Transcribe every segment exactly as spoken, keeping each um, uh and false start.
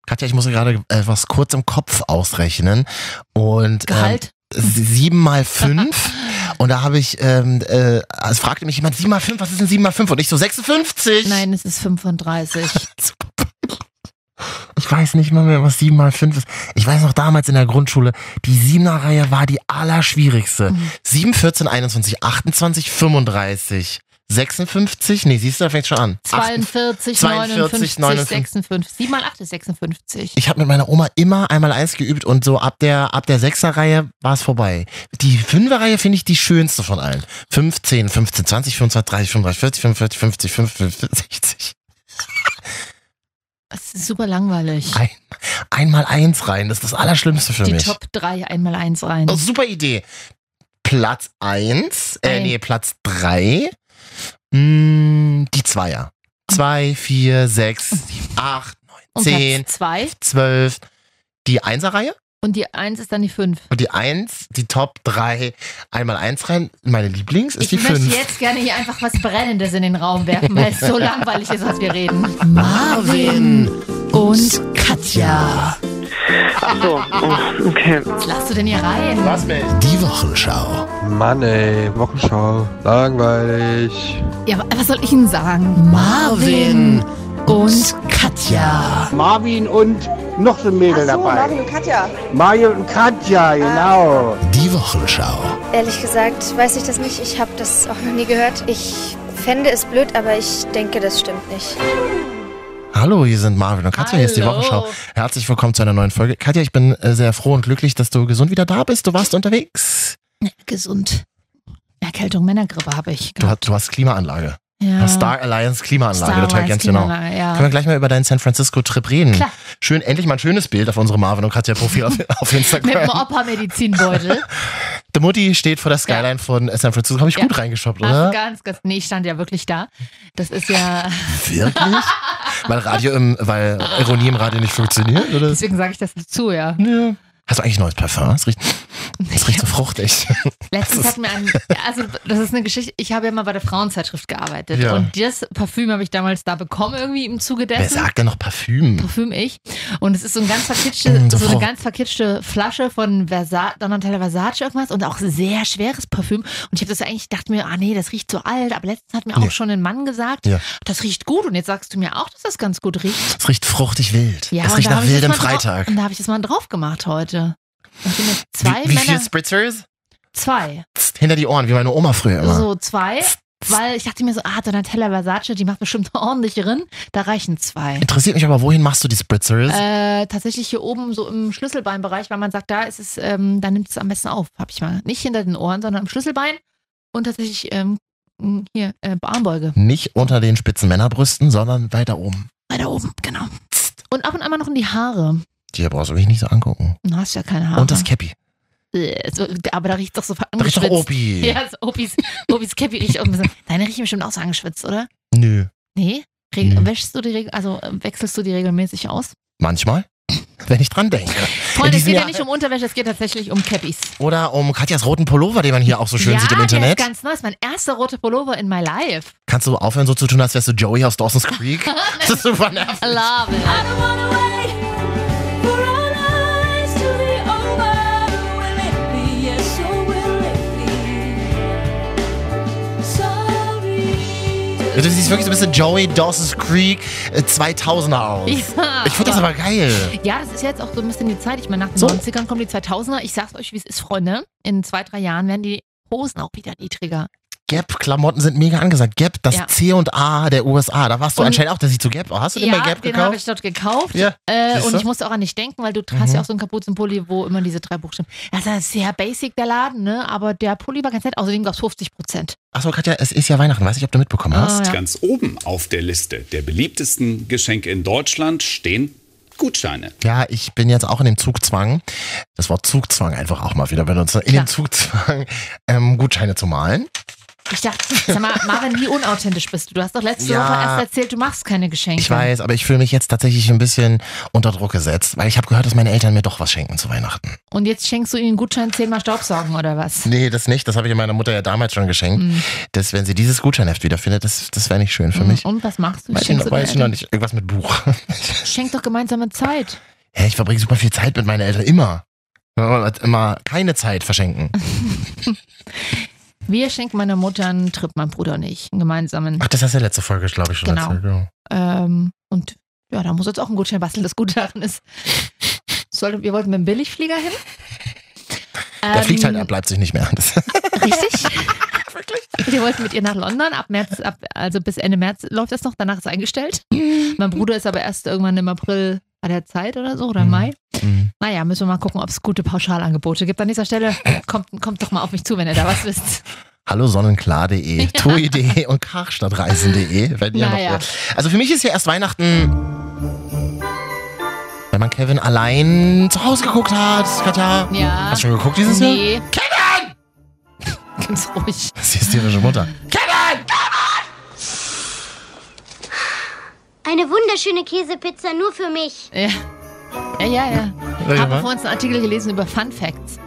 Katja, ich muss gerade etwas kurz im Kopf ausrechnen. Und Gehalt? Ähm, sieben mal fünf. Und da habe ich, ähm, äh, es fragte mich jemand, sieben mal fünf, was ist denn sieben mal fünf? Und ich so, sechsundfünfzig. Nein, es ist fünfunddreißig. Ich weiß nicht mal mehr, was sieben mal fünf ist. Ich weiß noch damals in der Grundschule, die Siebener-Reihe war die allerschwierigste. Mhm. sieben, vierzehn, einundzwanzig, achtundzwanzig, fünfunddreißig, sechsundfünfzig, nee, siehst du, da fängt schon an. zweiundvierzig, zweiundvierzig, neunundfünfzig, sechsundfünfzig. sieben mal acht ist sechsundfünfzig. Ich habe mit meiner Oma immer einmal eins geübt und so ab der ab der Sechser-Reihe war es vorbei. Die Fünfer-Reihe finde ich die schönste von allen. fünfzehn, fünfzehn, zwanzig, fünfundzwanzig, dreißig, fünfunddreißig, vierzig, fünfundvierzig, fünfzig, fünfundfünfzig, sechzig. Das ist super langweilig. Ein, einmal eins rein, das ist das Allerschlimmste für die mich. Die Top drei einmal eins rein. Oh, super Idee. Platz eins, äh, nee, Platz drei, mh, die Zweier. zwei, vier, sechs, acht, neun, zehn, zwölf. Die Einser-Reihe? Und die eins ist dann die fünf. Und die eins, die Top drei, einmal eins rein. Meine Lieblings ist ich die fünf. Ich möchte jetzt gerne hier einfach was Brennendes in den Raum werfen, weil es so langweilig ist, was wir reden. Marvin und Katja. Ach so, oh, okay. Was lachst du denn hier rein? Was mich? Die Wochenschau. Mann ey, Wochenschau. Langweilig. Ja, was soll ich Ihnen sagen? Marvin und Katja. Marvin und noch so ein Mädel Ach so, dabei. Marvin und Katja. Mario und Katja, genau. Die Wochenschau. Ehrlich gesagt weiß ich das nicht. Ich habe das auch noch nie gehört. Ich fände es blöd, aber ich denke, das stimmt nicht. Hallo, hier sind Marvin und Katja, Hallo. Hier ist die Wochenschau. Herzlich willkommen zu einer neuen Folge. Katja, ich bin äh, sehr froh und glücklich, dass du gesund wieder da bist. Du warst unterwegs. Ja, gesund. Erkältung, Männergrippe habe ich. Du, hast- du hast Klimaanlage. Ja. Star Alliance Klimaanlage, Star total Alliance ganz genau. Klimaanlage, ja. Können wir gleich mal über deinen San Francisco-Trip reden? Klar. Schön, endlich mal ein schönes Bild auf unserem Marvin und Katja-Profil auf, auf Mit Instagram. einem Opa-Medizinbeutel. Die Mutti steht vor der Skyline Ja. von San Francisco. Habe ich Ja. gut reingeshoppt, Hast oder? du ganz, ganz, nee, ich stand ja wirklich da. Das ist ja, Wirklich? weil Radio im, weil Ironie im Radio nicht funktioniert, oder? deswegen sage ich das dazu, ja. Ja. Hast du eigentlich neues Parfum? Das riecht, das riecht so fruchtig. Letztens hat mir ein, also das ist eine Geschichte, ich habe ja mal bei der Frauenzeitschrift gearbeitet Ja. und das Parfüm habe ich damals da bekommen, irgendwie im Zuge dessen. Wer sagt denn noch Parfüm? Parfüm ich. Und es ist so, ein ganz verkitschte, Mm, so so eine Frau- ganz verkitschte Flasche von Versa- Donatella Versace irgendwas und auch sehr schweres Parfüm. Und ich habe das eigentlich, dachte mir, ah nee, das riecht so alt. Aber letztens hat mir Nee. auch schon ein Mann gesagt, Ja. das riecht gut. Und jetzt sagst du mir auch, dass das ganz gut riecht. Es riecht fruchtig wild. Ja, es und riecht da nach hab ich das wildem mal drau- Freitag. Und da habe ich das mal drauf gemacht heute. Nachdem jetzt zwei Wie, wie viel Männer, Spritzers? zwei, Psst, hinter die Ohren, wie meine Oma früher immer. so zwei, weil ich dachte mir so, ah, Donatella Versace, die macht bestimmt ordentlich Rin, da reichen zwei. Interessiert mich aber, wohin machst du die Spritzers? Äh, tatsächlich hier oben so im Schlüsselbeinbereich, weil man sagt, da ist es, ähm, da nimmt es am besten auf, hab ich mal. Nicht hinter den Ohren, sondern im Schlüsselbein und tatsächlich ähm, hier, äh, Armbeuge. Nicht unter den spitzen Männerbrüsten, sondern weiter oben. Weiter oben, genau. Und ab und an mal noch in die Haare. Die brauchst du mich nicht so angucken. Du hast ja keine Haare. Und das Cappy. Äh, so, aber da riecht doch so Da riecht angeschwitzt. doch Opi. Ja, so Opis, Opis Cappy riecht auch ein bisschen. Deine riechen bestimmt auch so angeschwitzt, oder? Nö. Nee? Reg- Nö. Wäschst du die Regel, also äh, wechselst du die regelmäßig aus? Manchmal. Wenn ich dran denke. In Freunde, es diesem geht ja Jahr- nicht um Unterwäsche, es geht tatsächlich um Cappies. Oder um Katjas roten Pullover, den man hier auch so schön ja, sieht im der Internet. ist ganz neu. Das ist mein erster roter Pullover in my life. Kannst du aufhören, so zu tun, als wärst du Joey aus Dawson's Creek? Das ist super nervig. I love it. Du siehst wirklich so ein bisschen Joey Dawson's Creek äh, zweitausender aus. Ja, Ich finde das aber geil. Ja, das ist jetzt auch so ein bisschen die Zeit. Ich meine, nach den So. neunzigern kommen die zweitausender. Ich sag's euch, wie es ist, Freunde. In zwei, drei Jahren werden die Hosen auch wieder niedriger. Gap-Klamotten sind mega angesagt. Gap, das Ja. C und A der U S A. Da warst du Und- anscheinend auch, der sieht zu Gap. Oh, hast du den Ja, bei Gap den habe gekauft? ich dort gekauft. Ja, Äh, siehst und du? ich musste auch an dich denken, weil du hast Mhm. ja auch so einen Kapuzenpulli, wo immer diese drei Buchstaben. Das ist sehr basic, der Laden, ne? Aber der Pulli war ganz nett. Außerdem gab es fünfzig Prozent. Achso, Katja, es ist ja Weihnachten. Weiß nicht, ob du mitbekommen hast. Ah, ja. Ganz oben auf der Liste der beliebtesten Geschenke in Deutschland stehen Gutscheine. Ja, ich bin jetzt auch in dem Zugzwang, das Wort Zugzwang einfach auch mal wieder benutzen, in Klar. dem Zugzwang, ähm, Gutscheine zu malen. Ich dachte, sag mal, Marvin, wie unauthentisch bist du? Du hast doch letzte Ja. Woche erst erzählt, du machst keine Geschenke. Ich weiß, aber ich fühle mich jetzt tatsächlich ein bisschen unter Druck gesetzt, weil ich habe gehört, dass meine Eltern mir doch was schenken zu Weihnachten. Und jetzt schenkst du ihnen einen Gutschein zehnmal Staubsaugen oder was? Nee, das nicht. Das habe ich meiner Mutter ja damals schon geschenkt. Mhm. Dass, wenn sie dieses Gutscheinheft wiederfindet, das, das wäre nicht schön für Mhm. mich. Und was machst du? Weiß ich, Schenkst noch, du weiß ich deinen noch Eltern? nicht. Irgendwas mit Buch. Schenk doch gemeinsame Zeit. Ja, ich verbringe super viel Zeit mit meinen Eltern. Immer. Ja, immer keine Zeit verschenken. Wir schenken meiner Mutter einen Trip, mein Bruder und ich, einen gemeinsamen. Ach, das hast du ja letzte Folge, glaube ich, schon Genau. erzählt. Ja. Ähm, und ja, da muss jetzt auch ein Gutschein basteln. Das Gute daran ist, sollte, wir wollten mit dem Billigflieger hin. Der Ähm, fliegt halt ab Leipzig nicht mehr. Das Richtig. Wir wollten mit ihr nach London, ab März, ab, also bis Ende März läuft das noch, danach ist eingestellt. Mein Bruder ist aber erst irgendwann im April bei der Zeit oder so, oder im Mai. Mhm. Naja, müssen wir mal gucken, ob es gute Pauschalangebote gibt. An dieser Stelle kommt, kommt doch mal auf mich zu, wenn ihr da was wisst. Hallo sonnenklar punkt de, tui punkt de und karstadtreisen punkt de. Wenn ihr Naja. noch, also für mich ist ja erst Weihnachten, wenn man Kevin allein zu Hause geguckt hat. Katja, Ja. hast du schon geguckt dieses Jahr? Nee. Kevin! Ganz ruhig. Das ist die hysterische Mutter. Kevin! Eine wunderschöne Käsepizza nur für mich. Ja, ja, ja. ja. Ja, Ich habe was? vorhin einen Artikel gelesen über Fun Facts.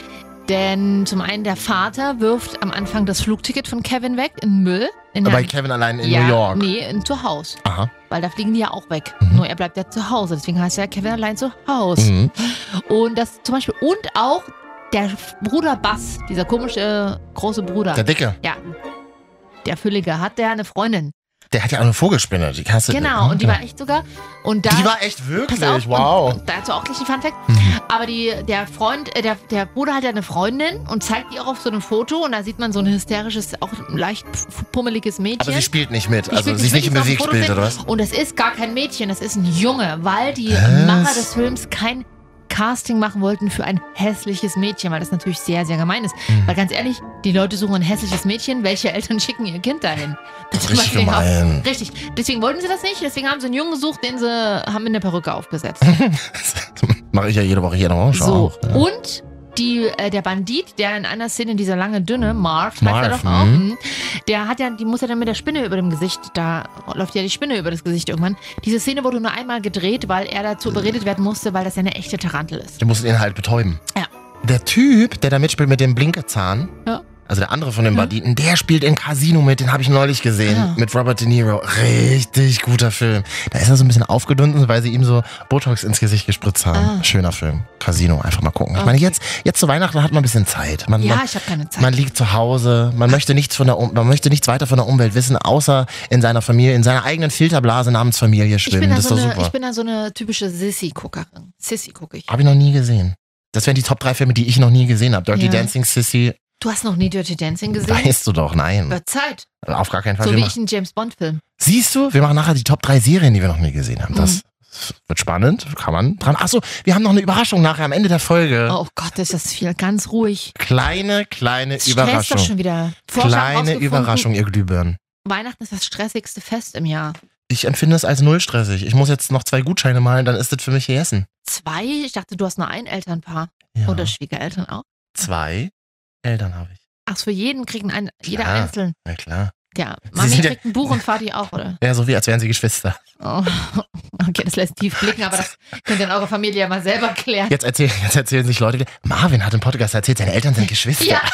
Denn zum einen der Vater wirft am Anfang das Flugticket von Kevin weg in den Müll. In Bei der- Kevin allein in ja, New York. Nee, in zu Hause. Aha. Weil da fliegen die ja auch weg. Mhm. Nur er bleibt ja zu Hause. Deswegen heißt er Kevin allein zu Hause. Mhm. Und das zum Beispiel, und auch der Bruder Bass, dieser komische große Bruder. Der Dicke, ja. Der Füllige hat der eine Freundin. der hat ja auch eine Vogelspinne. Die kannst du, Genau, und die war echt sogar. Und da, Die war echt wirklich, Pass auf, wow. Und dazu auch gleich ein Funfact. Mhm. Aber die, der Freund, äh, der, der Bruder hat ja eine Freundin und zeigt die auch auf so einem Foto und da sieht man so ein hysterisches, auch leicht pummeliges Mädchen. Aber sie spielt nicht mit, Die also spielt sie ist nicht im mit, die ist auf dem Bewegtbild, Foto oder drin. was? Und es ist gar kein Mädchen, das ist ein Junge, weil die Was? Macher des Films kein Casting machen wollten für ein hässliches Mädchen, weil das natürlich sehr, sehr gemein ist. Mhm. Weil ganz ehrlich, die Leute suchen ein hässliches Mädchen, welche Eltern schicken ihr Kind dahin? Das Richtig deswegen auch- gemein. Richtig. Deswegen wollten sie das nicht, deswegen haben sie einen Jungen gesucht, den sie haben in der Perücke aufgesetzt. Mache ich ja jede Woche, jede Woche. So, auch, ja. und die, äh, der Bandit, der in einer Szene, dieser lange Dünne, Marv, heißt er Marv, doch auch, mhm. mhm, der hat ja, die muss ja dann mit der Spinne über dem Gesicht, da läuft ja die Spinne über das Gesicht irgendwann. Diese Szene wurde nur einmal gedreht, weil er dazu überredet werden musste, weil das ja eine echte Tarantel ist. Die mussten ihn halt betäuben. Ja. Der Typ, der da mitspielt mit dem Blinkezahn, Ja. also der andere von den Banditen, der spielt in Casino mit, den habe ich neulich gesehen, Ah. mit Robert De Niro. Richtig guter Film. Da ist er so ein bisschen aufgedunsen, weil sie ihm so Botox ins Gesicht gespritzt haben. Ah. Schöner Film. Casino, einfach mal gucken. Ich Okay. meine, jetzt, jetzt zu Weihnachten hat man ein bisschen Zeit. Man, Ja, man, ich habe keine Zeit. man liegt zu Hause, man möchte nichts von der um man möchte nichts weiter von der Umwelt wissen, außer in seiner Familie, in seiner eigenen Filterblase namens Familie ich, bin schwimmen. da Das ist so doch eine, super. ich bin da so eine typische Sissy-Guckerin. Sissy gucke ich. Habe ich noch nie gesehen. Das wären die Top drei Filme, die ich noch nie gesehen habe. Dirty Ja. Dancing, Sissy, Du hast noch nie Dirty Dancing gesehen? weißt du doch, nein. Wird Zeit. Auf gar keinen Fall. So Wir wie machen- ich einen James-Bond-Film. Siehst du, wir machen nachher die Top drei Serien, die wir noch nie gesehen haben. Das Mhm. wird spannend, kann man dran. Achso, wir haben noch eine Überraschung nachher am Ende der Folge. Oh Gott, ist das viel. Ganz ruhig. Kleine, kleine Das stresst doch Überraschung. schon wieder. Forscher haben Kleine rausgefunden, Überraschung, ihr Glühbirnen. Weihnachten ist das stressigste Fest im Jahr. Ich empfinde es als null stressig. Ich muss jetzt noch zwei Gutscheine malen, dann ist das für mich gegessen. Zwei? Ich dachte, du hast nur ein Elternpaar. Ja. Oder Schwiegereltern auch. Zwei Eltern habe ich. Ach, für jeden kriegen ein, jeder Klar. einzeln. Na klar. Ja, Sie Mami sind ja- kriegt ein Buch und Vati auch, oder? Ja, so wie als wären sie Geschwister. Oh. Okay, das lässt tief blicken, aber das könnt ihr in eurer Familie ja mal selber klären. Jetzt erzählen, jetzt erzählen sich Leute, Marvin hat im Podcast erzählt, seine Eltern sind Geschwister. Ja.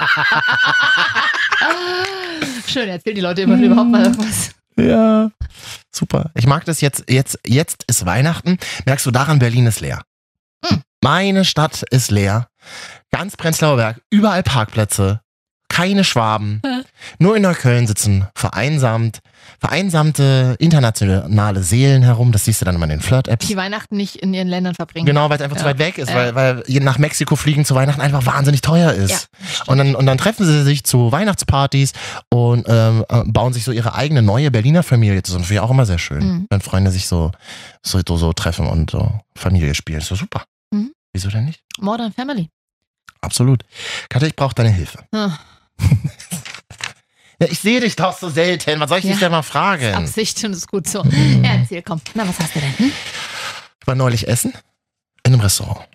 Schön, erzählen die Leute immer überhaupt mal irgendwas. Ja. Super. Ich mag das jetzt, jetzt, jetzt ist Weihnachten. Merkst du daran, Berlin ist leer. Hm. Meine Stadt ist leer. Ganz Prenzlauer Berg, überall Parkplätze, keine Schwaben. Hm. Nur in Neukölln sitzen vereinsamt, vereinsamte internationale Seelen herum. Das siehst du dann immer in den Flirt-Apps. Die Weihnachten nicht in ihren Ländern verbringen. Genau, weil es einfach Ja. zu weit weg ist, Ja. weil, weil je nach Mexiko fliegen zu Weihnachten einfach wahnsinnig teuer ist. Ja, und, dann, und dann treffen sie sich zu Weihnachtspartys und ähm, äh, bauen sich so ihre eigene neue Berliner Familie zusammen. Das finde ich auch immer sehr schön, Mhm. wenn Freunde sich so, so, so, so treffen und so Familie spielen. Das ist so super. Mhm. Wieso denn nicht? Modern Family. Absolut. Katja, ich brauche deine Hilfe. Ah, Ja, ich sehe dich doch so selten. Was soll ich Ja. dich denn mal fragen? Absicht und ist gut so. Ja, erzähl, komm. Na, was hast du denn? Hm? Ich war neulich essen in einem Restaurant.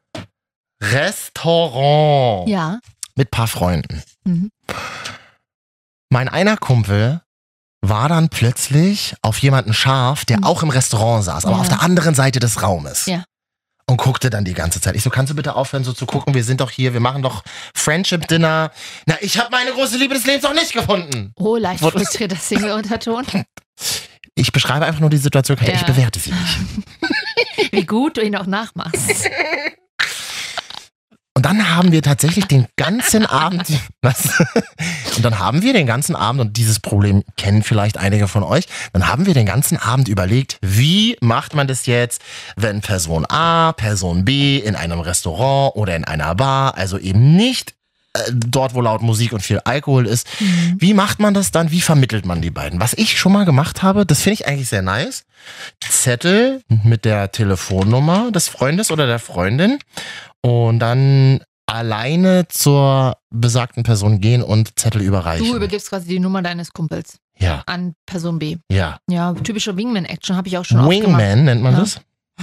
Restaurant. Ja. Mit ein paar Freunden. Mhm. Mein einer Kumpel war dann plötzlich auf jemanden scharf, der Mhm. auch im Restaurant saß, aber Ja. auf der anderen Seite des Raumes. Ja. Und guckte dann die ganze Zeit. Ich so, kannst du bitte aufhören, so zu gucken? Wir sind doch hier, wir machen doch Friendship-Dinner. Na, ich habe meine große Liebe des Lebens noch nicht gefunden. Oh, leicht Wurde- frustrierter Single-Unterton. Ich beschreibe einfach nur die Situation, Katja. Ja. Ich bewerte sie nicht. Wie gut du ihn auch nachmachst. Und dann haben wir tatsächlich den ganzen Abend, was? Und dann haben wir den ganzen Abend, und dieses Problem kennen vielleicht einige von euch, dann haben wir den ganzen Abend überlegt, wie macht man das jetzt, wenn Person A, Person B in einem Restaurant oder in einer Bar, also eben nicht äh, dort, wo laut Musik und viel Alkohol ist, Mhm. wie macht man das dann, wie vermittelt man die beiden? Was ich schon mal gemacht habe, das finde ich eigentlich sehr nice, Zettel mit der Telefonnummer des Freundes oder der Freundin und dann alleine zur besagten Person gehen und Zettel überreichen. Du übergibst quasi die Nummer deines Kumpels ja, an Person B. ja. Ja, typische Wingman-Action habe ich auch schon oft gemacht. Wingman nennt man Ja. das.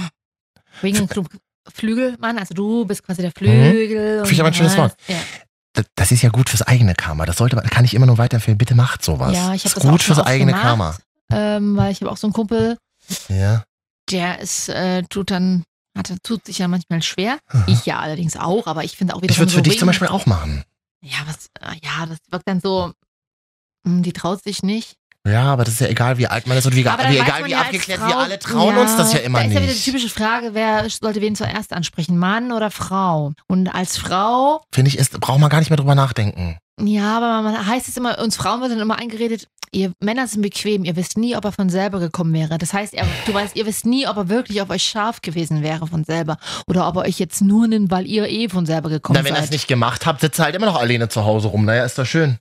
Wingman, Flügelmann, also du bist quasi der Flügel. Finde ich aber ein schönes Wort. Ja, Das, das ist ja gut fürs eigene Karma. Das sollte, man- kann ich immer nur weiterempfehlen. Bitte macht sowas. ja ich habe das das ist auch gut schon fürs oft eigene gemacht, Karma. Ähm, weil ich habe auch so einen Kumpel, Ja. der ist, äh, tut dann, hat, tut sich ja manchmal schwer. Ich ja allerdings auch, aber ich finde auch wieder Ich würde es so für dich Wing- zum Beispiel auch machen. Ja, was, äh, ja, das wirkt dann so, hm, die traut sich nicht. Ja, aber das ist ja egal, wie alt man ist und wie, Aber dann wie weiß egal, man wie ja als abgeklärt Frau, wir alle trauen ja, uns das ja immer da ist ja wieder die nicht. typische Frage, wer sollte wen zuerst ansprechen, Mann oder Frau? Und als Frau, Finde ich, ist, braucht man gar nicht mehr drüber nachdenken. ja, aber man heißt es immer, uns Frauen wird dann immer eingeredet, ihr Männer sind bequem, ihr wisst nie, ob er von selber gekommen wäre. Das heißt, er, du weißt, ihr wisst nie, ob er wirklich auf euch scharf gewesen wäre von selber oder ob er euch jetzt nur nimmt, weil ihr eh von selber gekommen Na, wenn ihr seid. es nicht gemacht habt, sitzt ihr halt immer noch alleine zu Hause rum. Naja, ist doch schön.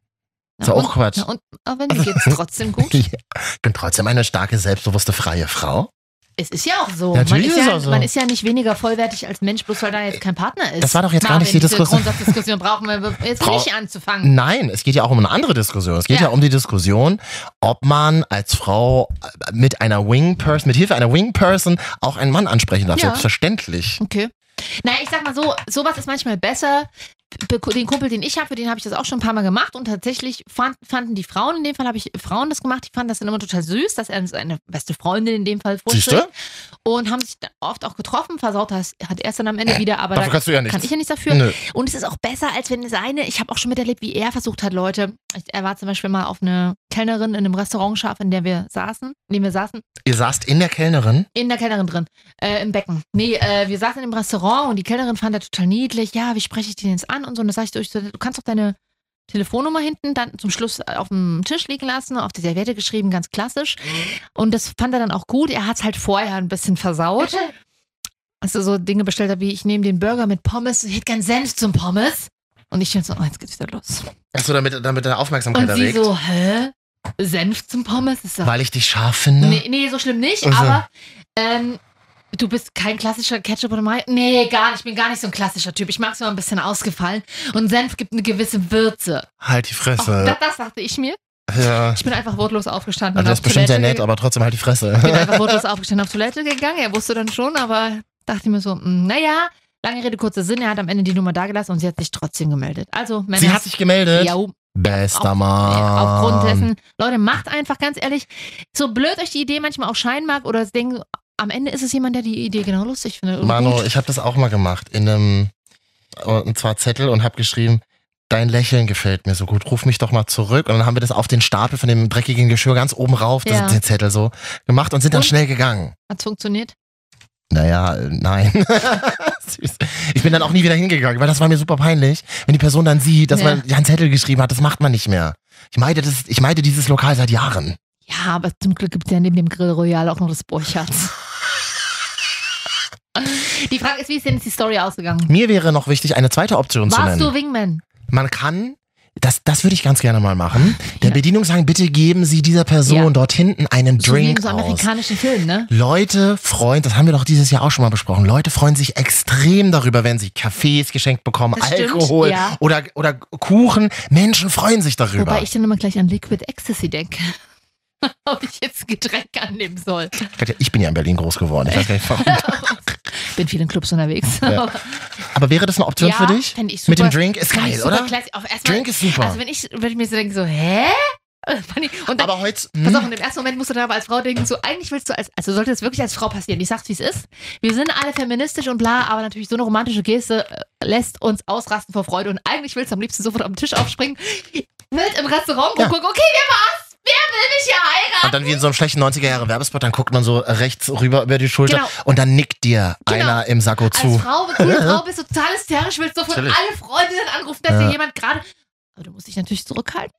Ist ja und, auch Quatsch. na und, aber mir geht's trotzdem gut. Ich bin trotzdem eine starke, selbstbewusste, freie Frau. Es ist ja auch so. Natürlich man, ist ist ja, auch so. man ist ja nicht weniger vollwertig als Mensch, bloß weil da jetzt kein Partner ist. Das war doch jetzt gar Marvin, nicht die diese Diskussion. Grundsatzdiskussion brauchen wir jetzt Brau- nicht anzufangen. Nein, es geht ja auch um eine andere Diskussion. Es geht ja, Ja. um die Diskussion, ob man als Frau mit einer Wing-Person, mit Hilfe einer Wing-Person auch einen Mann ansprechen darf. Ja. Selbstverständlich. Okay. Naja, ich sag mal so, sowas ist manchmal besser. Den Kumpel, den ich habe, für den habe ich das auch schon ein paar Mal gemacht und tatsächlich fand, fanden die Frauen, in dem Fall habe ich Frauen das gemacht, die fanden das dann immer total süß, dass er seine beste Freundin in dem Fall Siehst vorstellt du? und haben sich dann oft auch getroffen, versaut das hat er es dann am Ende wieder, aber Dafür da kannst du ja nichts. kann ich ja nichts dafür. Nö. Und es ist auch besser, als wenn seine, ich habe auch schon miterlebt, wie er versucht hat, Leute, er war zum Beispiel mal auf eine Kellnerin in einem Restaurant scharf, in der wir saßen, in dem wir saßen, Ihr saßt in der Kellnerin. in der Kellnerin drin, äh, im Becken. Nee, äh, wir saßen im Restaurant und die Kellnerin fand das total niedlich. Ja, wie spreche ich den jetzt an? Und so, und da sag ich so, ich so, du kannst doch deine Telefonnummer hinten dann zum Schluss auf dem Tisch liegen lassen, auf die Serviette geschrieben, ganz klassisch. Und das fand er dann auch gut. Er hat es halt vorher ein bisschen versaut. Also so Dinge bestellt hat, wie ich nehme den Burger mit Pommes, ich hätte gern Senf zum Pommes. Und ich dachte so, oh, jetzt geht's wieder los. Achso, damit, damit er Aufmerksamkeit Und sie erregt. so, hä? Senf zum Pommes? Ist doch Weil ich dich scharf finde. Nee, nee, so schlimm nicht, Also. aber ähm, du bist kein klassischer Ketchup oder Mayo. Nee, gar nicht. Ich bin gar nicht so ein klassischer Typ. Ich mag es immer ein bisschen ausgefallen. Und Senf gibt eine gewisse Würze. Halt die Oh, Fresse. das, das dachte ich mir. Ja. Ich bin einfach wortlos aufgestanden. Also und das auf ist bestimmt sehr Toilette nett, ge- aber trotzdem halt die Fresse. Ich bin einfach wortlos aufgestanden, auf Toilette gegangen. Er wusste dann schon, aber dachte mir so, mh, naja, lange Rede, kurzer Sinn. Er hat am Ende die Nummer dagelassen und sie hat sich trotzdem gemeldet. Also, Männer. Sie hat sich gemeldet. Ja, Bester auf, Mann. aufgrund dessen, Leute, macht einfach ganz ehrlich, so blöd euch die Idee manchmal auch scheinen mag oder denken, am Ende ist es jemand, der die Idee genau lustig findet. und Manu, gut. ich habe das auch mal gemacht in einem, und zwar Zettel und habe geschrieben, dein Lächeln gefällt mir so gut, ruf mich doch mal zurück. Und dann haben wir das auf den Stapel von dem dreckigen Geschirr ganz oben rauf, das Ja. den Zettel so gemacht und sind dann Und? schnell gegangen. Hat's funktioniert? Naja, äh, nein. Süß. Ich bin dann auch nie wieder hingegangen, weil das war mir super peinlich. Wenn die Person dann sieht, dass Ja. man ja einen Zettel geschrieben hat, das macht man nicht mehr. Ich meide, das, ich meide dieses Lokal seit Jahren. Ja, aber zum Glück gibt es ja neben dem Grill Royal auch noch das Borchards. Die Frage ist, wie ist denn jetzt die Story ausgegangen? Mir wäre noch wichtig, eine zweite Option zu Warst nennen. du Wingman? Man kann, das, das würde ich ganz gerne mal machen, der Ja. Bedienung sagen, bitte geben Sie dieser Person Ja. dort hinten einen So wie in Drink so aus. amerikanischen Filmen, ne? Leute freuen, das haben wir doch dieses Jahr auch schon mal besprochen, Leute freuen sich extrem darüber, wenn sie Kaffees geschenkt bekommen, Das stimmt, Alkohol ja. oder, oder Kuchen. Menschen freuen sich darüber. Wobei ich dann immer gleich an Liquid Ecstasy denke. Ob ich jetzt ein Getränk annehmen soll. Katja, ich bin ja in Berlin groß geworden. Ich weiß gar nicht warum. Bin viel in Clubs unterwegs. Ja. Aber Aber wäre das eine Option ja, für dich? Fände ich super. Mit dem Drink ist Fänd geil, ich super oder? Classy. Auf erstmal, Drink ist super. Also wenn ich, wenn ich mir so denke, so, hä? Und dann, aber heute. pass auf, und im ersten Moment musst du dann aber als Frau denken, so eigentlich willst du als, also sollte es wirklich als Frau passieren. Ich sag's, wie es ist. Wir sind alle feministisch und bla, aber natürlich so eine romantische Geste äh, lässt uns ausrasten vor Freude und eigentlich willst du am liebsten sofort am Tisch aufspringen, mit im Restaurant Ja. gucken, okay, wer war's? Wer will mich hier heiraten? Und dann wie in so einem schlechten neunziger-Jahre-Werbespot, dann guckt man so rechts rüber über die Schulter Genau. und dann nickt dir Genau. einer im Sakko Als zu. Frau, coole Frau, bist du total hysterisch, willst sofort Natürlich. alle Freundinnen anrufen, dass Ja. dir jemand gerade. Aber du musst dich natürlich zurückhalten.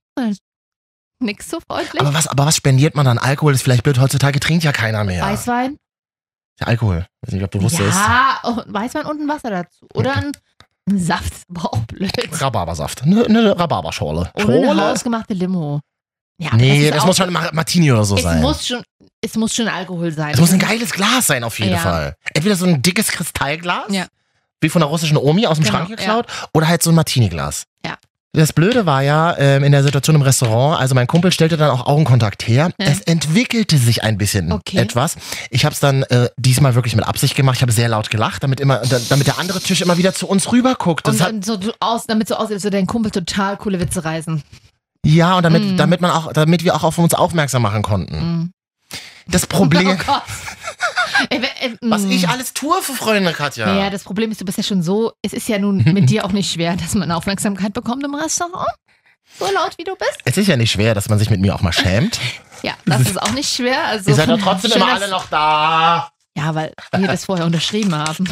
Nix so freundlich. Aber was, aber was spendiert man dann? Alkohol ist vielleicht blöd. Heutzutage trinkt ja keiner mehr. Weißwein? Ja, Alkohol. Ich weiß nicht, ob du wusstest. Ja, und Weißwein und ein Wasser dazu. Oder ein, ein Saft. Aber auch blöd. Rhabarbersaft. Eine, eine Rhabarberschorle. Oder eine Schorle? hausgemachte Limo. Ja, aber Nee, ist das auch- muss schon ein Ma- Martini oder so es sein. Muss schon, es muss schon Alkohol sein. Es muss ein geiles Glas sein, auf jeden Ja. Fall. Entweder so ein dickes Kristallglas, Ja. wie von der russischen Omi aus dem Genau, Schrank geklaut, oder halt so ein Martini-Glas. Ja. Das Blöde war ja ähm, in der Situation im Restaurant, also mein Kumpel stellte dann auch Augenkontakt her. Ja. Es entwickelte sich ein bisschen Okay. etwas. Ich habe es dann äh, diesmal wirklich mit Absicht gemacht. Ich habe sehr laut gelacht, damit immer, da, damit der andere Tisch immer wieder zu uns rüber guckt. Das Und hat, dann so du aus, damit so aussieht, als würde dein Kumpel total coole Witze reißen. ja, und damit, Mm. damit man auch, damit wir auch auf uns aufmerksam machen konnten. Mm. Das Problem, Oh Gott. Ey, we- ey, was mm. ich alles tue für Freunde, Katja. Naja, das Problem ist, du bist ja schon so, es ist ja nun mit dir auch nicht schwer, dass man Aufmerksamkeit bekommt im Restaurant. So laut wie du bist. Es ist ja nicht schwer, dass man sich mit mir auch mal schämt. Ja, das ist auch nicht schwer. Also Ihr seid doch trotzdem schön, immer dass- alle noch da. Ja, weil wir das vorher unterschrieben haben.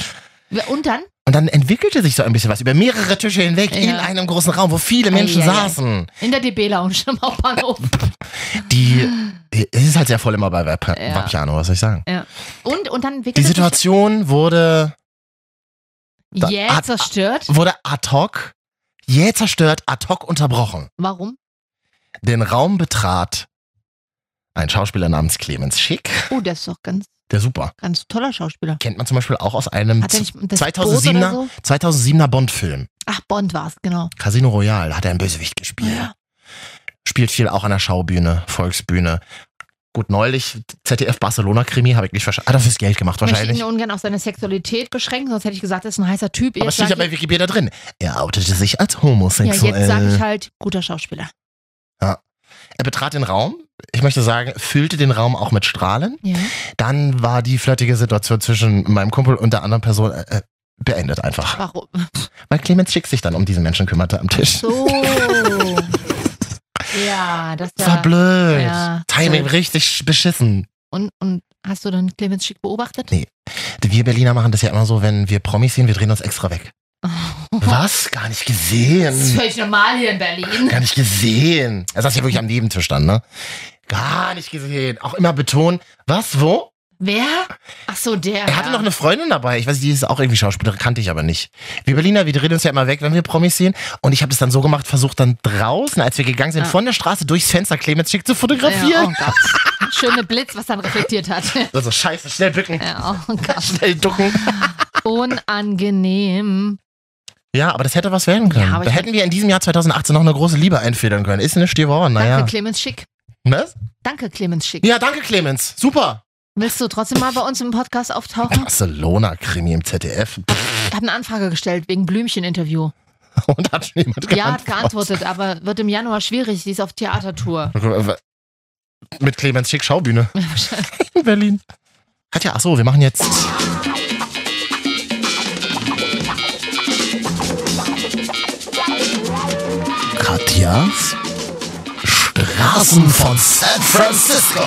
Und dann? Und dann entwickelte sich so ein bisschen was über mehrere Tische hinweg Ja. in einem großen Raum, wo viele Menschen Ei, ei, ei. saßen. In der D B-Lounge am Hauptbahnhof. Die, es ist halt sehr voll immer bei Vap- Ja. Vapiano, was soll ich sagen? Ja. Und, und dann Die entwickelt sich Situation wurde, da- jäh ad- zerstört. wurde ad hoc, jäh zerstört, ad hoc unterbrochen. Warum? Den Raum betrat ein Schauspieler namens Clemens Schick, Oh, der ist doch ganz, der super. ganz toller Schauspieler. Kennt man zum Beispiel auch aus einem Hat er nicht das zweitausendsiebener, Boot oder so? zweitausendsiebener Bond-Film. Ach, Bond war es, genau. Casino Royale, da hat er einen Bösewicht gespielt. Ja. Spielt viel auch an der Schaubühne, Volksbühne. Gut, neulich Z D F Barcelona-Krimi, habe ich nicht verstanden. Hat er fürs Geld gemacht Ich möchte wahrscheinlich. ihn ungern auf seine Sexualität beschränken, sonst hätte ich gesagt, er ist ein heißer Typ. Aber Jetzt steht ja sag bei ich- Wikipedia drin. Er outete sich als ja, homosexuell. jetzt sage ich halt, guter Schauspieler. Er betrat den Raum. Ich möchte sagen, füllte den Raum auch mit Strahlen. Ja. Dann war die flirtige Situation zwischen meinem Kumpel und der anderen Person äh, äh, beendet einfach. Warum? Weil Clemens Schick sich dann um diesen Menschen kümmerte am Tisch. So. Ja, das Das war ja. blöd. Ja, Timing blöd. richtig beschissen. Und, und hast du dann Clemens Schick beobachtet? Nee. Wir Berliner machen das ja immer so, wenn wir Promis sehen, wir drehen uns extra weg. Was? Gar nicht Das ist gesehen. völlig normal hier in Berlin. Gar nicht gesehen. Er saß ja wirklich am Nebentisch dann, ne? Gar nicht gesehen. Auch immer betonen. Was? Wo? Wer? Ach so, der. Er hatte ja. noch eine Freundin dabei. Ich weiß, die ist auch irgendwie Schauspielerin, kannte ich aber nicht. Wir Berliner, wir drehen uns ja immer weg, wenn wir Promis sehen. Und ich habe das dann so gemacht, versucht dann draußen, als wir gegangen sind, Ah. von der Straße durchs Fenster Clemens Schick zu Ja, fotografieren. oh Gott. Schöne Blitz, was dann reflektiert hat. Also scheiße, schnell bücken. Ja, oh Gott. Schnell ducken. Unangenehm. Ja, aber das hätte was werden können. Ja, aber da ich hätten wir in diesem Jahr zweitausendachtzehn noch eine große Liebe einfädeln können. Ist nicht geworden, naja. Danke, Clemens Schick. Was? Danke, Clemens Schick. Ja, danke Clemens. Super. Willst du trotzdem mal bei uns im Podcast auftauchen? Barcelona-Krimi im Z D F. Ich habe eine Anfrage gestellt wegen Blümchen-Interview. Und hat schon jemand Ja, hat geantwortet, aber wird im Januar schwierig. Sie ist auf Theatertour. Mit Clemens Schick Schaubühne. In Berlin. Katja, ach so, wir machen jetzt... Katjas Straßen von San Francisco.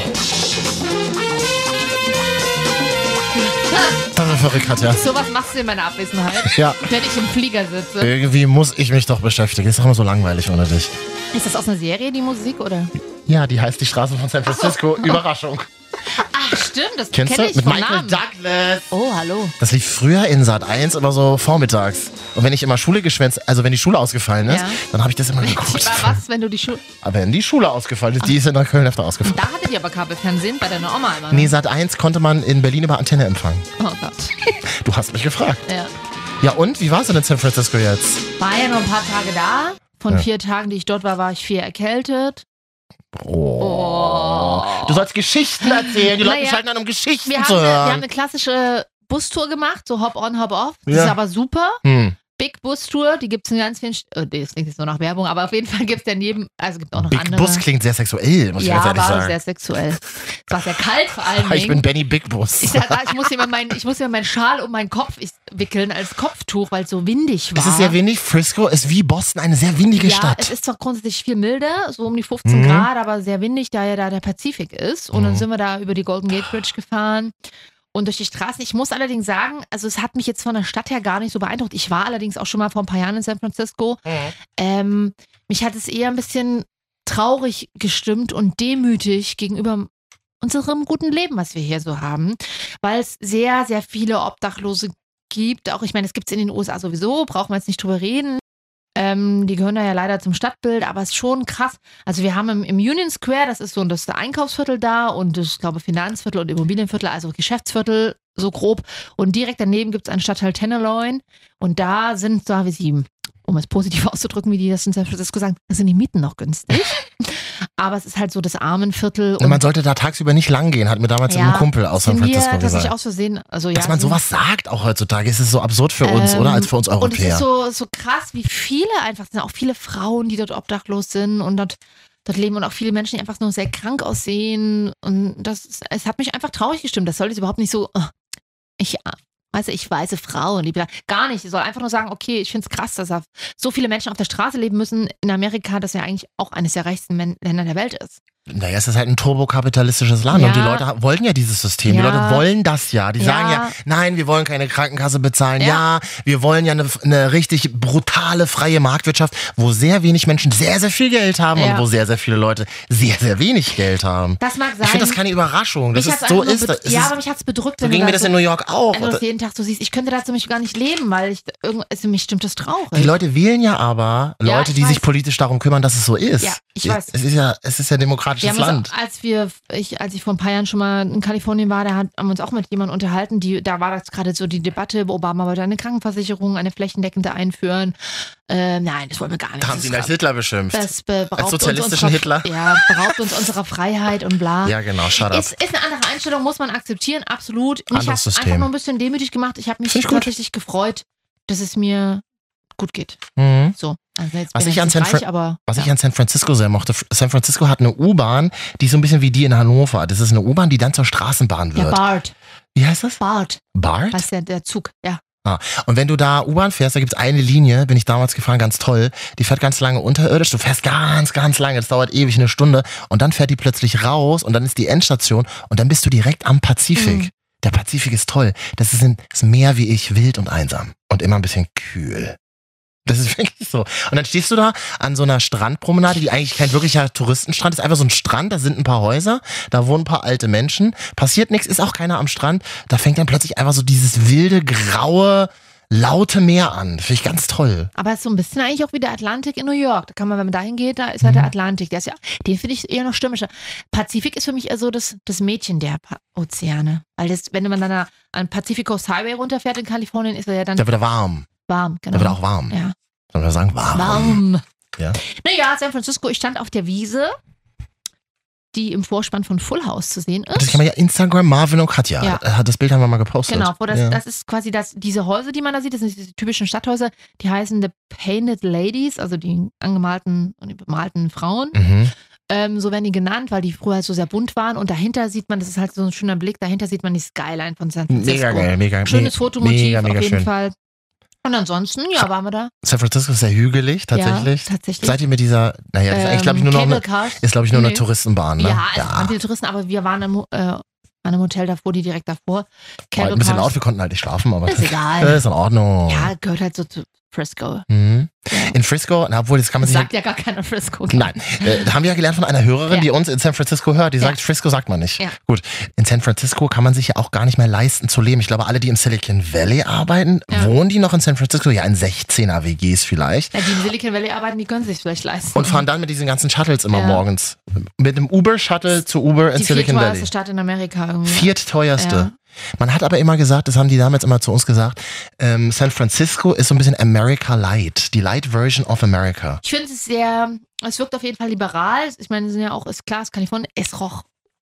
Das ist verrückt, Katja. So was machst du in meiner Abwesenheit, Ja, wenn ich im Flieger sitze. irgendwie muss ich mich doch beschäftigen. Ist doch immer so langweilig ohne dich. Ist das aus einer Serie, die Musik, oder? Ja, die heißt Die Straßen von San Francisco. Überraschung. Ach, stimmt, das Kennst kenne du? ich Mit vom Michael Namen. Douglas. Oh, hallo. Das lief früher in Sat eins immer so vormittags. Und wenn ich immer Schule geschwänzt, also wenn die Schule ausgefallen ist, Ja. dann habe ich das immer geguckt. War was, wenn du die Schuhe... Aber wenn die Schule ausgefallen ist, die ist in der Köln öfter ausgefallen. Da hattet ihr aber Kabelfernsehen bei deiner Oma immer. Ne? Nee, Sat eins konnte man in Berlin über Antenne empfangen. Oh Gott. Du hast mich gefragt. Ja. Ja und? Wie war's denn in San Francisco jetzt? War ja noch ein paar Tage da. Von Ja. vier Tagen, die ich dort war, war ich vier erkältet. Oh. Du sollst Geschichten erzählen. Die Leute Naja, schalten an, um Geschichten Wir haben, zu eine, wir haben hören. eine klassische Bustour gemacht, so Hop on, Hop off. Das Ja. ist aber super. Hm. Big Bus Tour, die gibt es in ganz vielen. St- oh, das klingt jetzt nur nach Werbung, aber auf jeden Fall gibt es daneben. Also gibt auch noch Big andere. Bus klingt sehr sexuell, muss ich ja, ganz ehrlich war sagen. sehr sexuell. Es war sehr kalt vor allen Ich bin Dingen. Benny Big Bus. Ich, sag, ich muss immer meinen, ich muss immer meinen Schal um meinen Kopf wickeln als Kopftuch, weil es so windig war. Es ist sehr windig. Frisco ist wie Boston eine sehr windige ja, Stadt. es ist zwar grundsätzlich viel milder, so um die fünfzehn Mhm. Grad, aber sehr windig, da ja da der Pazifik ist. Und dann Mhm. sind wir da über die Golden Gate Bridge gefahren und durch die Straßen. Ich muss allerdings sagen, also es hat mich jetzt von der Stadt her gar nicht so beeindruckt. Ich war allerdings auch schon mal vor ein paar Jahren in San Francisco. Mhm. Ähm, mich hat es eher ein bisschen traurig gestimmt und demütig gegenüber unserem guten Leben, was wir hier so haben, weil es sehr, sehr viele Obdachlose gibt. Auch ich meine, es gibt es in den U S A sowieso, brauchen wir jetzt nicht drüber reden. Ähm, die gehören da ja leider zum Stadtbild, aber es ist schon krass. Also wir haben im, im Union Square, das ist so das Einkaufsviertel da und das, glaube ich, Finanzviertel und Immobilienviertel, also Geschäftsviertel, so grob. Und direkt daneben gibt es einen Stadtteil Tenderloin und da sind, so wie sie, um es positiv auszudrücken, wie die das in San Francisco sagen, da sind die Mieten noch günstig. Aber es ist halt so das Armenviertel. Man sollte da tagsüber nicht lang gehen, hat mir damals Ja, ein Kumpel aus San sind wir Francisco tatsächlich gesagt. aus Versehen, also ja. Dass man sind- sowas sagt auch heutzutage, ist es so absurd für uns, Ähm, oder? Als für uns Und es Europäer. ist so, so krass, wie viele einfach sind, auch viele Frauen, die dort obdachlos sind und dort, dort leben und auch viele Menschen, die einfach nur sehr krank aussehen. Und das ist, es hat mich einfach traurig gestimmt. Das soll jetzt überhaupt nicht so, oh, ich, weißt du, ich weiße Frau und die gar nicht. Ich soll einfach nur sagen, okay, ich finde es krass, dass da so viele Menschen auf der Straße leben müssen in Amerika, das ja eigentlich auch eines der reichsten Men- Länder der Welt ist. Naja, es ist halt ein turbokapitalistisches Land Ja. und die Leute ha- wollten ja dieses System. Die Ja. Leute wollen das ja. Die Ja. sagen ja, nein, wir wollen keine Krankenkasse bezahlen. Ja, Ja. wir wollen ja eine, eine richtig brutale freie Marktwirtschaft, wo sehr wenig Menschen sehr, sehr viel Geld haben Ja. und wo sehr, sehr viele Leute sehr, sehr wenig Geld haben. Das mag sein. Ich finde das keine Überraschung. Das Mich ist hat's so einfach nur ist bedr- das. Es Ja, ist, aber mich hat es bedrückt. so wenn ging du mir da das in New York auch. Wenn du das jeden Tag so siehst, ich könnte da zum Beispiel gar nicht leben, weil ich irgend, also mich stimmt das traurig. Die Leute wählen ja aber Ja, Leute, ich die weiß. sich politisch darum kümmern, dass es so ist. Ja, ich weiß. Es ist ja, es ist ja ein Wir demokratisches haben Land. uns, als wir, ich, als ich vor ein paar Jahren schon mal in Kalifornien war, da hat, haben wir uns auch mit jemandem unterhalten, die, da war das gerade so die Debatte, Obama wollte eine Krankenversicherung, eine flächendeckende einführen. Äh, nein, das wollen wir gar nicht. Da haben Das sie ist ihn als Hitler beschimpft. Das be- beraubt Als sozialistischen uns Hitler. unserer, ja, beraubt uns unserer Freiheit und bla. Ja, genau, shut up. Ist, ist eine andere Einstellung, muss man akzeptieren, absolut. Mich Anderes hat es System. einfach nur ein bisschen demütig gemacht. Ich habe mich Find ich gut. tatsächlich gefreut, dass es mir gut geht. Mhm. So. Also jetzt Was bin ich an nicht San reich, Fran- aber Was ich ja. an San Francisco sehr mochte, San Francisco hat eine U-Bahn, die ist so ein bisschen wie die in Hannover. Das ist eine U-Bahn, die dann zur Straßenbahn Ja, wird. BART. Wie heißt das? BART. BART? Heißt der, der Zug, ja. Ah. Und wenn du da U-Bahn fährst, da gibt's eine Linie, bin ich damals gefahren, ganz toll. Die fährt ganz lange unterirdisch. Du fährst ganz, ganz lange. Das dauert ewig, eine Stunde. Und dann fährt die plötzlich raus und dann ist die Endstation und dann bist du direkt am Pazifik. Mhm. Der Pazifik ist toll. Das ist ein das Meer wie ich, wild und einsam. Und immer ein bisschen kühl. Das ist wirklich so. Und dann stehst du da an so einer Strandpromenade, die eigentlich kein wirklicher Touristenstrand ist, einfach so ein Strand, da sind ein paar Häuser, da wohnen ein paar alte Menschen, passiert nichts, ist auch keiner am Strand, da fängt dann plötzlich einfach so dieses wilde, graue, laute Meer an. Finde ich ganz toll. Aber es ist so ein bisschen eigentlich auch wie der Atlantik in New York. Da kann man, wenn man dahin geht, da ist halt Mhm. der Atlantik. Der ist ja, den finde ich eher noch stimmischer. Pazifik ist für mich eher so das, das Mädchen der pa- Ozeane. Weil das, wenn man dann da an Pacific Coast Highway runterfährt in Kalifornien, ist er ja dann Da wird er warm. warm. Genau. Da wird er auch warm. Ja. Sollen wir sagen warm? Warm. Ja. Naja, San Francisco, ich stand auf der Wiese, die im Vorspann von Full House zu sehen ist. Das kann man ja Instagram, Marvin und Katja. Ja. Hat das Bild haben wir mal gepostet. Genau, wo das, ja. das ist quasi das, diese Häuser, die man da sieht, das sind diese typischen Stadthäuser, die heißen The Painted Ladies, also die angemalten und die bemalten Frauen. Mhm. Ähm, so werden die genannt, weil die früher halt so sehr bunt waren. Und dahinter sieht man, das ist halt so ein schöner Blick, dahinter sieht man die Skyline von San Francisco. Mega geil, mega Schönes me- Fotomotiv mega, mega auf jeden schön. Fall. Und ansonsten, ja, waren wir da. San Francisco ist sehr hügelig, tatsächlich. Ja, tatsächlich. Seid ihr mit dieser, naja, das ist eigentlich, glaube ich, Ähm, nur noch eine, Cable Cars. ist, glaube ich, nur eine Nee. Touristenbahn, ne? Ja, es waren viele Touristen, aber wir waren im, äh, an einem Hotel davor, die direkt davor. War Cable ein bisschen Cars. laut, wir konnten halt nicht schlafen, aber Ist egal. das ist in Ordnung. Ja, gehört halt so zu Frisco. Mhm. In Frisco, na, obwohl, das kann man Das sich sagt ja gar keiner Frisco. Nein, äh, da haben wir ja gelernt von einer Hörerin, Ja. die uns in San Francisco hört, die Ja. sagt, Frisco sagt man nicht. Ja. Gut, in San Francisco kann man sich ja auch gar nicht mehr leisten zu leben. Ich glaube, alle, die im Silicon Valley arbeiten, Ja. wohnen die noch in San Francisco? Ja, in sechzehner W Gs vielleicht. Ja, die in Silicon Valley arbeiten, die können sich vielleicht leisten. Und fahren dann mit diesen ganzen Shuttles immer Ja. morgens. Mit einem Uber-Shuttle zu Uber in die Silicon Valley. viertteuerste Stadt in Amerika irgendwie. Viertteuerste. Ja. Man hat aber immer gesagt, das haben die damals immer zu uns gesagt, ähm, San Francisco ist so ein bisschen America Light. Die Light Version of America. Ich finde es sehr, es wirkt auf jeden Fall liberal. Ich meine, es sind ja auch, ist klar, es ist Kalifornien, es roch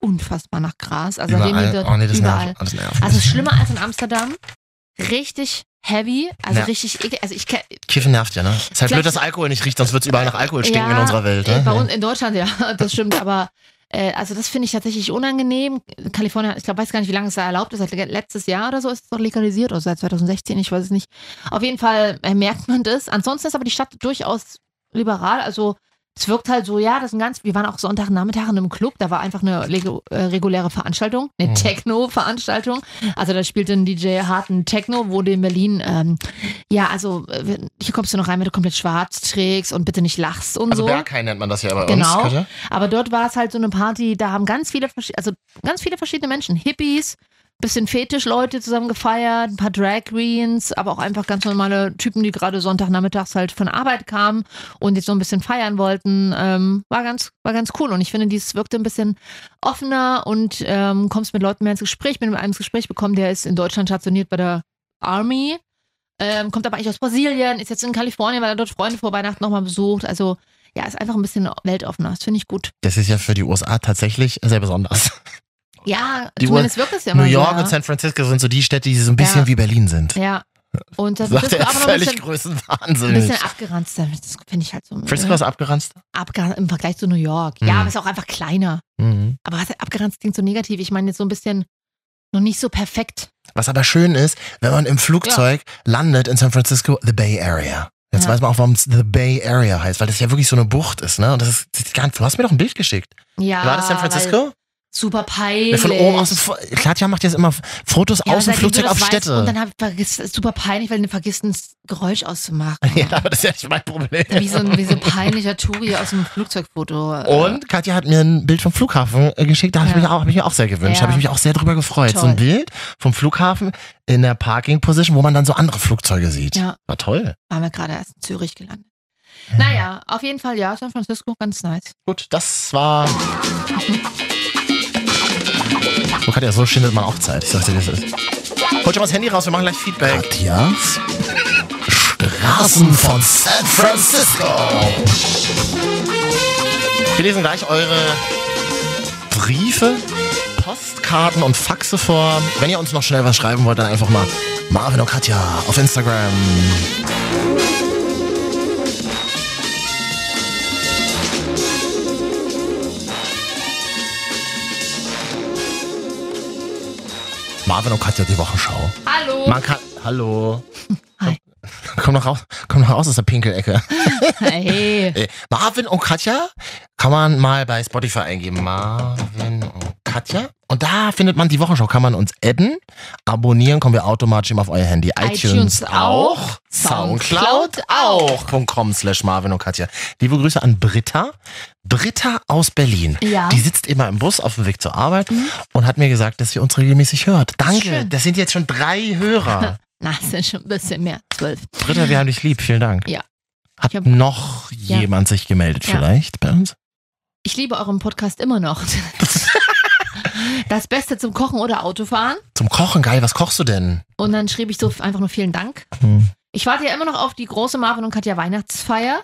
unfassbar nach Gras. Also Überall. reden die dort Oh nee, das überall. nervt. Das nervt. Also schlimmer als in Amsterdam. Richtig heavy, also Ja. richtig eklig. Also ich kenn, Kiffen nervt ja, ne? Ist halt Vielleicht- blöd, dass Alkohol nicht riecht, sonst wird es überall nach Alkohol stinken ja, in unserer Welt. äh, Ne? Bei uns in Deutschland, ja, das stimmt. Aber äh, also das finde ich tatsächlich unangenehm. Kalifornien, ich glaube, weiß gar nicht, wie lange es da erlaubt ist. Seit letztes Jahr oder so ist es doch legalisiert. Oder seit zwanzig sechzehn, ich weiß es nicht. Auf jeden Fall äh, merkt man das. Ansonsten ist aber die Stadt durchaus liberal. Also es wirkt halt so, ja, das sind ganz, wir waren auch Sonntagnachmittag in einem Club, da war einfach eine lego, äh, reguläre Veranstaltung, eine Mhm. Techno-Veranstaltung. Also da spielte ein D J harten Techno, wurde in Berlin, ähm, ja, also äh, hier kommst du noch rein, wenn du komplett schwarz trägst und bitte nicht lachst und Also so. Berghain nennt man das ja bei Genau. uns. Katja. Aber dort war es halt so eine Party, da haben ganz viele, verschi- also ganz viele verschiedene Menschen, Hippies, bisschen Fetischleute zusammen gefeiert, ein paar Drag Queens, aber auch einfach ganz normale Typen, die gerade Sonntagnachmittags halt von Arbeit kamen und jetzt so ein bisschen feiern wollten. Ähm, war ganz, war ganz cool. Und ich finde, dies wirkte ein bisschen offener und ähm, kommst mit Leuten mehr ins Gespräch. Bin mit einem ins Gespräch bekommen, der ist in Deutschland stationiert bei der Army, ähm, kommt aber eigentlich aus Brasilien, ist jetzt in Kalifornien, weil er dort Freunde vor Weihnachten nochmal besucht. Also ja, ist einfach ein bisschen weltoffener. Das finde ich gut. Das ist ja für die U S A tatsächlich sehr besonders. Ja, Die zumindest wirkt es ja New mal York so, ja. und San Francisco sind so die Städte, die so ein bisschen Ja. wie Berlin sind. Ja. Und das Sagt ist er aber noch ein völlig bisschen, ein größenwahnsinnig. bisschen abgeranzt. Das finde ich halt so. Findest du was abgeranzt? Abgeranzt im Vergleich zu New York. Ja, Mhm. aber ist auch einfach kleiner. Mhm. Aber was abgeranzt klingt so negativ. Ich meine jetzt so ein bisschen noch nicht so perfekt. Was aber schön ist, wenn man im Flugzeug landet in San Francisco, the Bay Area. Jetzt Ja. weiß man auch, warum es The Bay Area heißt, weil das ja wirklich so eine Bucht ist, ne? Und das ist, das ist gar nicht, du hast mir doch ein Bild geschickt. Ja. War das San weil Francisco? Super peinlich. Von oben aus dem Fo- Katja macht jetzt immer Fotos ja, aus dem seitdem Flugzeug du das auf weißt, Städte. Und dann hab, vergisst, ist super peinlich, weil du vergisst, ein Geräusch auszumachen. Ja, aber das ist ja nicht mein Problem. Wie so ein, wie so ein peinlicher Touri aus dem Flugzeugfoto. Und Katja hat mir ein Bild vom Flughafen äh, geschickt, da habe Ja. ich, mich auch- hab ich mir auch sehr gewünscht, Ja. habe ich mich auch sehr drüber gefreut. Toll. So ein Bild vom Flughafen in der Parking-Position, wo man dann so andere Flugzeuge sieht. Ja. War toll. Waren wir gerade erst in Zürich gelandet. Naja, auf jeden Fall ja, San Francisco, ganz nice. Gut, das war... Oh Katja, so schindet man auch Zeit. Ich sag dir, wie es ist. Holt schon mal das Handy raus, wir machen gleich Feedback. Katjas Straßen von San Francisco. Wir lesen gleich eure Briefe, Postkarten und Faxe vor. Wenn ihr uns noch schnell was schreiben wollt, dann einfach mal Marvin und Katja auf Instagram. Marvin und Katja, die Wochenschau. Hallo. Man kann. Hallo. Hi. Komm noch raus, komm noch raus aus der Pinkelecke. Hey. Äh, Marvin und Katja kann man mal bei Spotify eingeben. Marvin und Katja. Und da findet man die Wochenschau. Kann man uns adden, abonnieren, kommen wir automatisch immer auf euer Handy. iTunes, iTunes auch, auch, Soundcloud Soundcloud auch. .com slash Marvin und Katja. Liebe Grüße an Britta. Britta aus Berlin. Ja. Die sitzt immer im Bus auf dem Weg zur Arbeit und hat mir gesagt, dass sie uns regelmäßig hört. Danke. Schön. Das sind jetzt schon drei Hörer. Na, das sind schon ein bisschen mehr. Zwölf. Britta, wir haben dich lieb. Vielen Dank. Ja. Hat Ich hab- noch Ja. jemand sich gemeldet Ja. vielleicht bei uns? Ich liebe euren Podcast immer noch. Das Beste zum Kochen oder Autofahren. Zum Kochen, geil. Was kochst du denn? Und dann schrieb ich so einfach nur vielen Dank. Hm. Ich warte ja immer noch auf die große Marvin und Katja Weihnachtsfeier.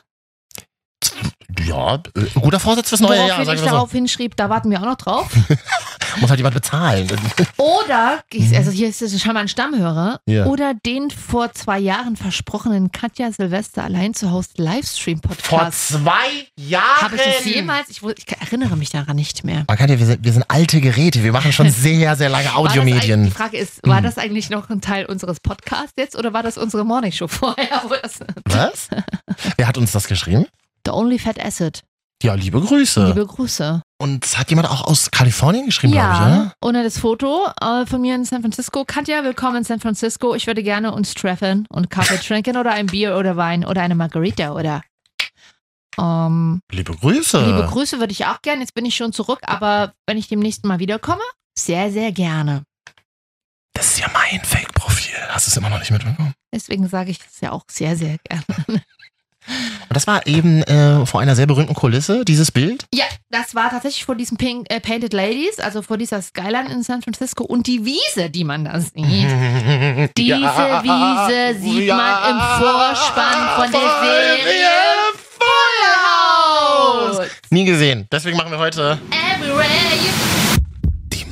Ja, äh, guter Vorsatz fürs neue Jahr, Woraufhin sagen ich wir so. darauf hinschrieb, da warten wir auch noch drauf. Muss halt jemand bezahlen. Oder, also hier ist es schon mal ein Stammhörer, Ja. oder den vor zwei Jahren versprochenen Katja Silvester allein zu Hause Vor Livestream-Podcast. zwei Jahren. Habe ich das jemals? Ich, wus- ich erinnere mich daran nicht mehr. Man kann ja, wir sind, wir sind alte Geräte. Wir machen schon sehr, sehr lange War das eigentlich- Audiomedien. Die Frage ist, war Hm. das eigentlich noch ein Teil unseres Podcasts jetzt oder war das unsere Morningshow vorher? Wo das Was? Wer hat uns das geschrieben? The Only Fat Acid. Ja, liebe Grüße. Liebe Grüße. Und es hat jemand auch aus Kalifornien geschrieben, glaube ich, Ja, oder? und das Foto äh, von mir in San Francisco. Katja, willkommen in San Francisco. Ich würde gerne uns treffen und Kaffee trinken oder ein Bier oder Wein oder eine Margarita oder ähm, Liebe Grüße. liebe Grüße würde ich auch gerne. Jetzt bin ich schon zurück, aber wenn ich demnächst mal wiederkomme, sehr, sehr gerne. Das ist ja mein Fake-Profil. Hast du es immer noch nicht mitbekommen? Deswegen sage ich es ja auch sehr, sehr gerne. Und das war eben äh, vor einer sehr berühmten Kulisse, dieses Bild. Ja, das war tatsächlich vor diesen Pink, äh, Painted Ladies, also vor dieser Skyline in San Francisco und die Wiese, die man da sieht. Diese Ja. Wiese sieht Ja. man im Vorspann von der Serie Full House. Nie gesehen. Deswegen machen wir heute Everywhere you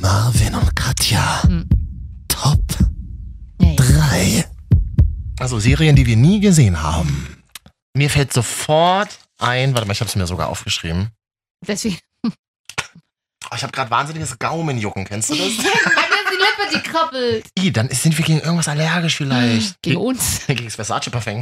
Marvin und Katja. Hm. Top Nee. drei. Also Serien, die wir nie gesehen haben. Mir fällt sofort ein, warte mal, ich habe es mir sogar aufgeschrieben. Deswegen. Oh, ich habe gerade wahnsinniges Gaumenjucken, kennst du das? Die Lippe, die krabbelt. I, dann sind wir gegen irgendwas allergisch vielleicht. Gegen uns. Gegen das Versace-Parfum.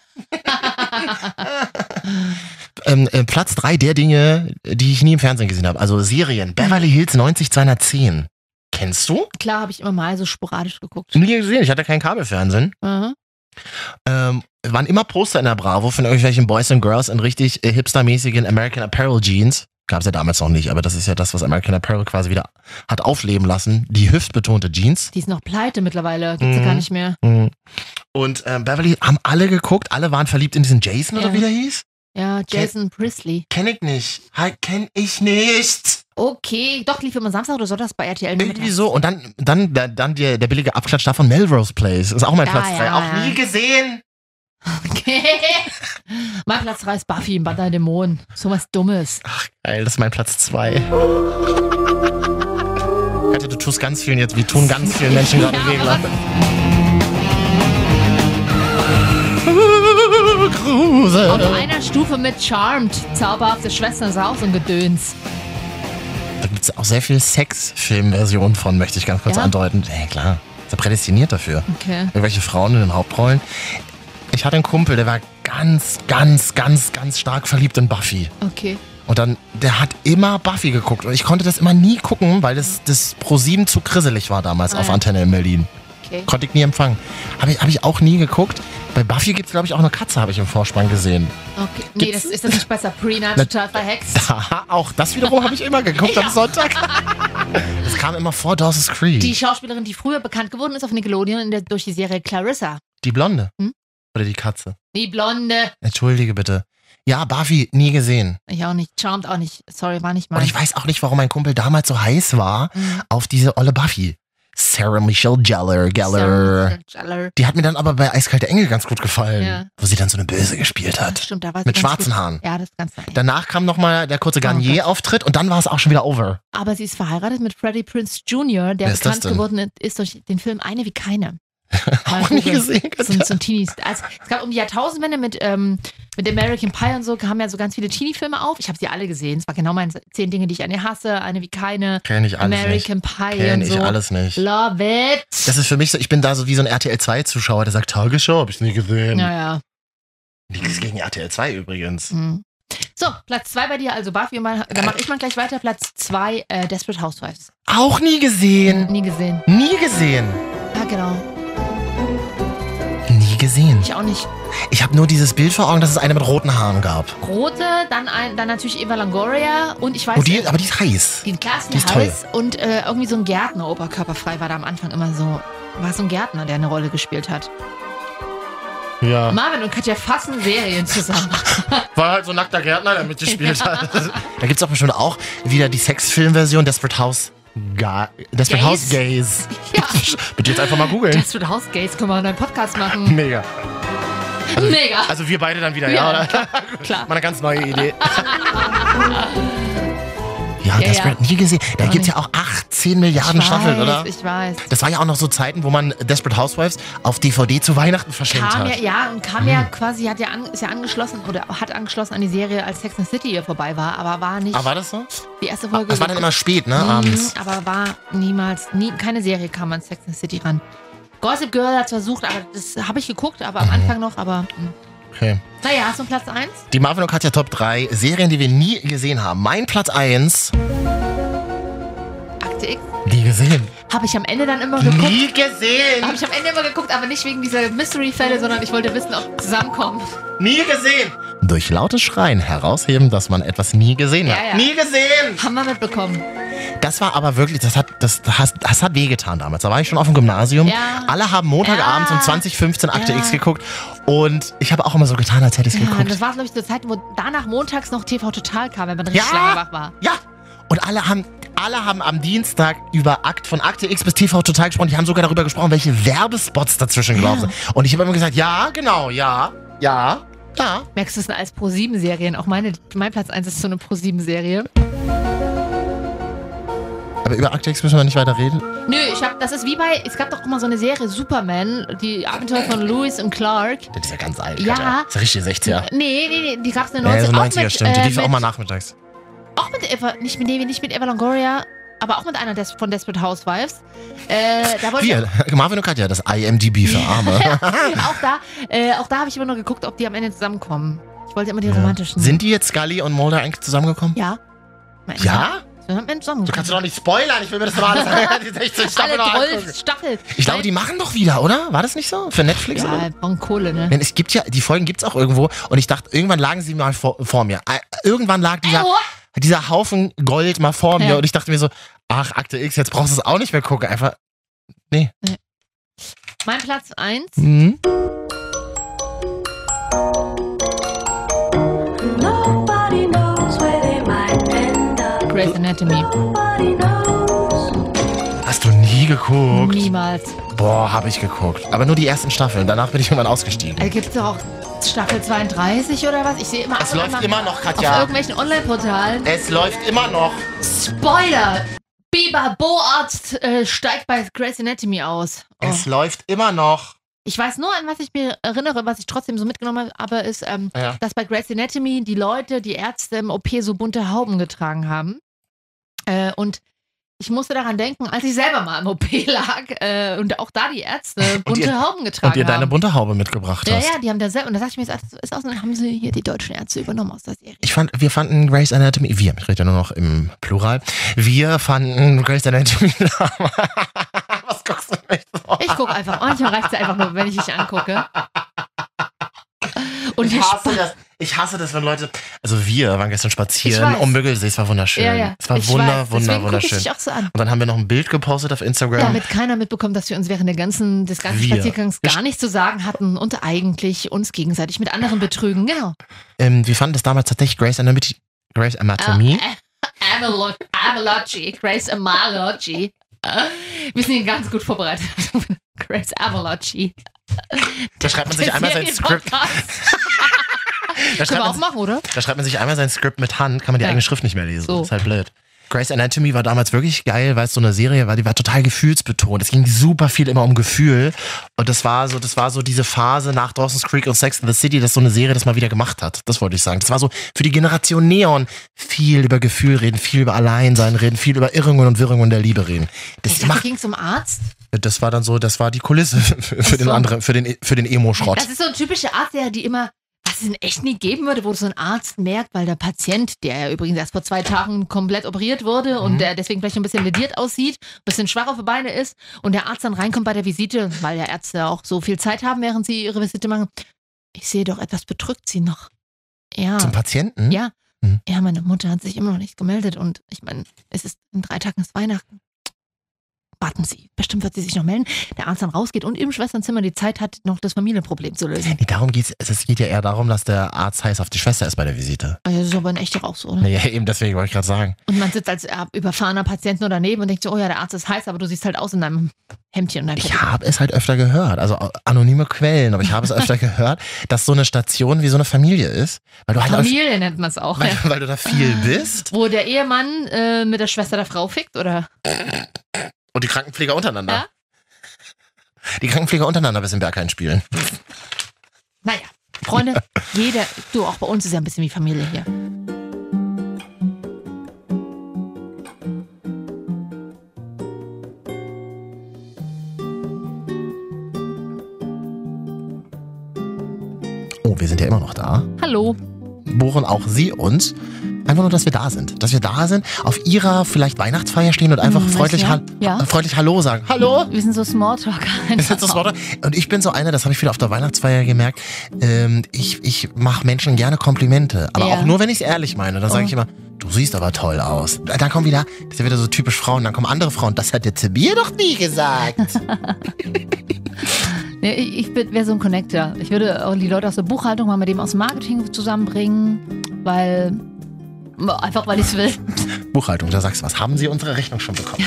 ähm, äh, Platz drei der Dinge, die ich nie im Fernsehen gesehen habe. Also Serien. Beverly Hills neunzig zweihundertzehn. Kennst du? Klar, habe ich immer mal so sporadisch geguckt. Nie gesehen. Ich hatte kein Kabelfernsehen. Mhm. Ähm, waren immer Poster in der Bravo von irgendwelchen Boys and Girls in richtig äh, hipstermäßigen American Apparel Jeans. Gab es ja damals noch nicht, aber das ist ja das, was American Apparel quasi wieder hat aufleben lassen. Die hüftbetonte Jeans. Die ist noch pleite mittlerweile, gibt's Mhm. ja gar nicht mehr. Mhm. Und ähm, Beverly haben alle geguckt, alle waren verliebt in diesen Jason Ja. oder wie der hieß? Ja, Jason Priestley. Kenn ich nicht. Halt, kenn ich nicht. Okay, doch, lief immer Samstag oder Sonntag bei R T L. nur Irgendwie mittags. so. Und dann, dann, dann, dann der, der billige Abklatsch davon Melrose Place. Ist auch mein Ja, Platz drei. ja, Auch ja. nie gesehen. Okay. Mein Platz drei ist Buffy im Band der Dämonen. So was Dummes. Ach, geil, das ist mein Platz zwei. Katja, du tust ganz vielen jetzt, wir tun ganz vielen Menschen gerade Ja, weh. aber Grusel. Auf einer Stufe mit Charmed. Zauberhafte Schwestern ist auch so ein Gedöns. Da gibt es auch sehr viel Sex-Film-Versionen von, möchte ich ganz kurz Ja? andeuten. Ja, klar. Ist ja prädestiniert dafür. Okay. Irgendwelche Frauen in den Hauptrollen. Ich hatte einen Kumpel, der war ganz, ganz, ganz, ganz stark verliebt in Buffy. Okay. Und dann, der hat immer Buffy geguckt. Und ich konnte das immer nie gucken, weil das, das ProSieben zu grisselig war damals Ah, auf ja. Antenne in Berlin. Okay. Konnte ich nie empfangen. Habe ich, hab ich auch nie geguckt. Bei Buffy gibt es, glaube ich, auch eine Katze, habe ich im Vorspann gesehen. Okay. Nee, das ist das nicht bei Sabrina, Na- total verhext. Da, auch das wiederum habe ich immer geguckt am Sonntag. Das kam immer vor Dawson's Creek. Die Die, Schauspielerin, die früher bekannt geworden ist auf Nickelodeon in der, durch die Serie Clarissa. Blonde. Hm? Oder die Katze. Die Blonde. Entschuldige bitte. Ja, Buffy, nie gesehen. Ich auch nicht. Charmed auch nicht. Sorry, war nicht Und mein. ich weiß auch nicht, warum mein Kumpel damals so heiß war Mhm. auf diese olle Buffy. Sarah Michelle Gellar, Gellar. Geller. Die hat mir dann aber bei Eiskalte Engel ganz gut gefallen, Ja. wo sie dann so eine Böse gespielt hat. Stimmt, da war sie Mit ganz schwarzen gut. Haaren. Ja, das kann sein. Danach kam nochmal der kurze Oh Garnier-Auftritt und dann war es auch schon wieder over. Aber sie ist verheiratet mit Freddie Prinze Junior, der Wer ist das bekannt denn? geworden ist durch den Film Eine wie keine. Mal Auch nie googeln. gesehen. So, ein- so ein Teenies. Also, es gab um die Jahrtausendwende mit, ähm, mit American Pie und so, kamen ja so ganz viele Teenie-Filme auf. Ich habe sie alle gesehen. Es war genau meine zehn Dinge, die ich an ihr hasse. Eine wie keine. Kenn ich alles American nicht. Pie Kenn und ich so. alles nicht. Love it. Das ist für mich so, ich bin da so wie so ein R T L zwei Zuschauer, der sagt, Tagesschau, hab ich nie gesehen. Naja. Nichts gegen R T L zwei übrigens. Mhm. So, Platz zwei bei dir, also Buffy. Und mal, dann mache ich mal gleich weiter. Platz zwei, äh, Desperate Housewives. Auch nie gesehen. Nie gesehen. Nie gesehen. Ja, genau. Nie gesehen. Ich auch nicht. Ich habe nur dieses Bild vor Augen, dass es eine mit roten Haaren gab. Rote, dann, ein, dann natürlich Eva Longoria und ich weiß Oh, die, aber die ist heiß. den Carsten die ist Hals und äh, irgendwie so ein Gärtner, oberkörperfrei, war da am Anfang immer so. War so ein Gärtner, der eine Rolle gespielt hat. Ja. Marvin und Katja fassen Serien zusammen. War halt so ein nackter Gärtner, der mitgespielt hat. Da gibt's auch bestimmt auch wieder die Sexfilmversion Desperate House. Ga Desperate Gays? House Gays. Ja. Bitte jetzt einfach mal googeln. Desperate House Gays, können wir einen neuen Podcast machen. Mega. Mega. Also wir beide dann wieder, ja, Ja, oder? klar, klar. Mal eine ganz neue Idee. Ja, Ja, Desperate ja. nie gesehen. Da Auch gibt's nicht. ja auch achtzehn Milliarden ich Staffeln, weiß, oder? Ich weiß. Das war ja auch noch so Zeiten, wo man Desperate Housewives auf D V D zu Weihnachten verschenkt Kam ja, hat. ja, und kam ja quasi, hat ja an, ist ja angeschlossen oder hat angeschlossen an die Serie, als Sex and the City hier vorbei war, aber war nicht Ah, war das so? die erste Folge. Das war dann immer spät, ne? Mhm, Abends. aber war niemals, nie, keine Serie kam an Sex and the City ran. Gossip Girl hat versucht, aber das habe ich geguckt, aber am Mhm. Anfang noch, aber mh. Okay. naja, hast du einen Platz eins? Die Marvin und Katja Top drei Serien, die wir nie gesehen haben. Mein Platz eins Akte X? nie gesehen. Habe ich am Ende dann immer geguckt. Nie gesehen. Habe ich am Ende immer geguckt, aber nicht wegen dieser Mystery-Fälle, sondern ich wollte wissen, ob sie zusammenkommen. Nie gesehen. Durch lautes Schreien herausheben, dass man etwas nie gesehen hat. Ja, ja. Nie gesehen. Haben wir mitbekommen. Das war aber wirklich, das hat, das, das, das hat wehgetan damals. Da war ich schon auf dem Gymnasium. Ja. Alle haben Montagabends Ja. um zwanzig fünfzehn Akte Ja. X geguckt. Und ich habe auch immer so getan, als hätte ich es Ja, geguckt. das war, glaube ich, zur Zeit, wo danach montags noch T V Total kam, wenn man richtig Ja. lange wach war. Ja. Und alle haben, alle haben am Dienstag über Akt von Akte X bis T V Total gesprochen. Die haben sogar darüber gesprochen, welche Werbespots dazwischen gelaufen sind. Und ich habe immer gesagt, ja, genau, ja, ja, ja. Merkst du es als Pro sieben Serien? Auch meine, mein Platz eins ist so eine Pro sieben Serie. Aber Aber über Akte X müssen wir nicht weiter reden. Nö, ich hab, das ist wie bei, es gab doch immer so eine Serie, Superman, die Abenteuer von Lewis und Clark. Das ist ja ganz alt. Ja. Katja. Das ist richtig sechziger. Nee, nee, nee, die gab's in den Ja, so neunziger. neunziger, mit, stimmt. Die äh, lief auch mit- mal nachmittags. Auch mit Eva, nicht mit, nee, nicht mit Eva Longoria, aber auch mit einer des, von Desperate Housewives. Äh, da wollte Wir, Marvin und Katja, das I M D B für Arme. ich, auch da, äh, auch da habe ich immer nur geguckt, ob die am Ende zusammenkommen. Ich wollte immer die romantischen. Sind die jetzt Scully und Mulder eigentlich zusammengekommen? Ja. Ja? Wir haben zusammen. Du kannst doch nicht spoilern, ich will mir das mal alles die sechzehn Staffeln noch Alle angucken. zwölf Staffeln. Ich glaube, die machen doch wieder, oder? War das nicht so? Für Netflix? Ja, oder? brauchen Kohle, ne? Denn es gibt ja, die Folgen gibt's auch irgendwo und ich dachte, irgendwann lagen sie mal vor, vor mir. Äh, Irgendwann lag dieser, dieser Haufen Gold mal vor mir Ja. und ich dachte mir so, ach, Akte X, jetzt brauchst du es auch nicht mehr gucken. Einfach, nee. Nee. Mein Platz eins. Mhm. Grey's Anatomy. Hast du nie geguckt? Niemals. Boah, habe ich geguckt. Aber nur die ersten Staffeln. Danach bin ich irgendwann ausgestiegen. Also gibt's doch auch Staffel zweiunddreißig oder was? Ich sehe immer Es ab und läuft an immer noch, auf Katja. irgendwelchen Online-Portalen. Es läuft immer noch. Spoiler! Biber Boarzt äh, steigt bei Grey's Anatomy aus. Oh. Es läuft immer noch. Ich weiß nur, an was ich mir erinnere, was ich trotzdem so mitgenommen habe, ist, ähm, Ja. dass bei Grey's Anatomy die Leute, die Ärzte im O P so bunte Hauben getragen haben. Äh, und ich musste daran denken, als ich selber mal im O P lag äh, und auch da die Ärzte bunte ihr- Hauben getragen Und dir deine haben. bunte Haube mitgebracht Ja, hast. ja, die haben da selber. Und da dachte ich mir, das ist aus, dann haben sie hier die deutschen Ärzte übernommen aus der Serie. Ich fand, wir fanden Grey's Anatomy, wir, ich rede ja nur noch im Plural, wir fanden Grey's Anatomy Was guckst du mich so? Ich gucke einfach. Manchmal reicht es einfach nur, wenn ich dich angucke. Und ich die hasse Sp- das. Ich hasse das, wenn Leute. Also wir waren gestern spazieren Ich weiß. um Müggelsee. Es war wunderschön. Ja, ja. Es war Ich wunder, weiß. wunder, Deswegen gucke ich wunderschön. dich auch so an. Und dann haben wir noch ein Bild gepostet auf Instagram. Damit keiner mitbekommt, dass wir uns während der ganzen, des ganzen Wir. Spaziergangs gar nichts zu sagen hatten und eigentlich uns gegenseitig mit anderen betrügen. Genau. ähm, wir fanden das damals tatsächlich Grey's Anatomy. Grey's Anatomy. Äh, Amalo- Amalogy. Grace Amalogy. Äh, Wir sind hier ganz gut vorbereitet. Grace Amalogy. Da schreibt man sich Der einmal sein Skript. Serienpodcast. Da Können schreibt, wir auch man, machen, oder? da schreibt man sich einmal sein Skript mit Hand, kann man die Ja. eigene Schrift nicht mehr lesen. So. Das ist halt blöd. Grey's Anatomy war damals wirklich geil, weil es so eine Serie war, die war total gefühlsbetont. Es ging super viel immer um Gefühl. Und das war so, das war so diese Phase nach Dawson's Creek und Sex and the City, dass so eine Serie das mal wieder gemacht hat. Das wollte ich sagen. Das war so für die Generation Neon viel über Gefühl reden, viel über Alleinsein reden, viel über Irrungen und Wirrungen der Liebe reden. Das Ich dachte, macht, ging es um Arzt. das war dann so, das war die Kulisse für, für den so. anderen, für den, für den Emo-Schrott. Das ist so ein typischer Arzt, der die immer, was es in echt nie geben würde, wo so ein Arzt merkt, weil der Patient, der ja übrigens erst vor zwei Tagen komplett operiert wurde und Mhm. der deswegen vielleicht ein bisschen lediert aussieht, ein bisschen schwach auf die Beine ist und der Arzt dann reinkommt bei der Visite, weil ja Ärzte auch so viel Zeit haben, während sie ihre Visite machen. Ich sehe doch, etwas bedrückt sie noch. Ja. Zum Patienten? Ja. Mhm. Ja, meine Mutter hat sich immer noch nicht gemeldet und ich meine, es ist in drei Tagen ist Weihnachten. Warten Sie, bestimmt wird sie sich noch melden. Der Arzt dann rausgeht und im Schwesternzimmer die Zeit hat, noch das Familienproblem zu lösen. Nee, darum geht's. Es geht ja eher darum, dass der Arzt heiß auf die Schwester ist bei der Visite. Also das ist aber in echt doch auch so, oder? Naja, eben deswegen wollte ich gerade sagen. Und man sitzt als äh, überfahrener Patient nur daneben und denkt so, oh ja, der Arzt ist heiß, aber du siehst halt aus in deinem Hemdchen und deinem Ich habe es halt öfter gehört, also anonyme Quellen, aber ich habe es öfter gehört, dass so eine Station wie so eine Familie ist. Weil du halt Familie nennt man es auch. weil, Ja. weil du da viel bist. Wo der Ehemann äh, mit der Schwester der Frau fickt, oder? Und die Krankenpfleger untereinander. Ja? Die Krankenpfleger untereinander bis im Berg einspielen. Naja, Freunde, jeder, du, auch bei uns ist ja ein bisschen wie Familie hier. Oh, wir sind ja immer noch da. Hallo. Buchen auch Sie uns. Einfach nur, dass wir da sind. Dass wir da sind, auf Ihrer vielleicht Weihnachtsfeier stehen und einfach Hm, freundlich, ja. ha Ja. freundlich Hallo sagen. Hallo? Wir sind so Smalltalker. Das ist jetzt das Wort. Und ich bin so einer, das habe ich wieder auf der Weihnachtsfeier gemerkt, ähm, ich, ich mache Menschen gerne Komplimente. Aber Ja. auch nur, wenn ich es ehrlich meine. Dann sage Oh. ich immer, du siehst aber toll aus. Dann kommen wieder, das ist ja wieder so typisch Frauen, dann kommen andere Frauen, das hat der zu mir doch nie gesagt. Nee, ich ich wäre so ein Connector. Ich würde auch die Leute aus der Buchhaltung mal mit dem aus dem Marketing zusammenbringen, weil, einfach weil ich es will. Buchhaltung, da sagst du was. Haben Sie unsere Rechnung schon bekommen?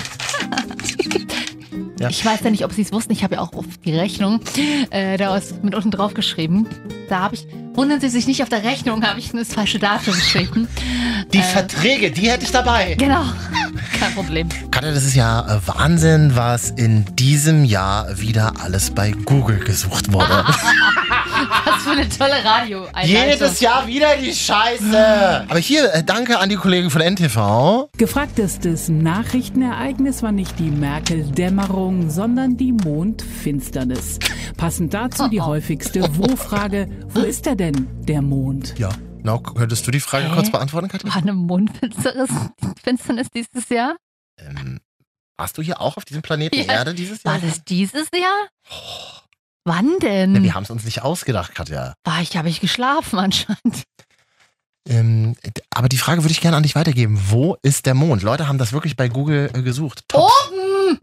Ja. Ich weiß ja nicht, ob Sie es wussten. Ich habe ja auch auf die Rechnung äh, da ist mit unten drauf geschrieben. Da habe ich, wundern Sie sich nicht, auf der Rechnung habe ich das falsche Datum geschrieben. Die Äh, Verträge, die hätte ich dabei. Genau. Kein Problem. Katja, das ist ja äh, Wahnsinn, was in diesem Jahr wieder alles bei Google gesucht wurde. Was für eine tolle radio Jedes Jahr wieder die Scheiße. Aber hier, äh, danke an die Kollegen von N T V. Gefragtestes Nachrichtenereignis war nicht die Merkel-Dämmerung, sondern die Mondfinsternis. Passend dazu die häufigste Wo-Frage: Wo ist er denn, der Mond? Ja, genau. Könntest du die Frage Hä? kurz beantworten, Katja? War eine Mondfinsternis Finsternis dieses Jahr? Ähm, warst du hier auch auf diesem Planeten Ja. Erde dieses Jahr? War das dieses Jahr? Wann denn? Ja, wir haben es uns nicht ausgedacht, Katja. War ich, habe ich geschlafen anscheinend. Ähm, aber die Frage würde ich gerne an dich weitergeben. Wo ist der Mond? Leute haben das wirklich bei Google äh, gesucht. Top. Oben!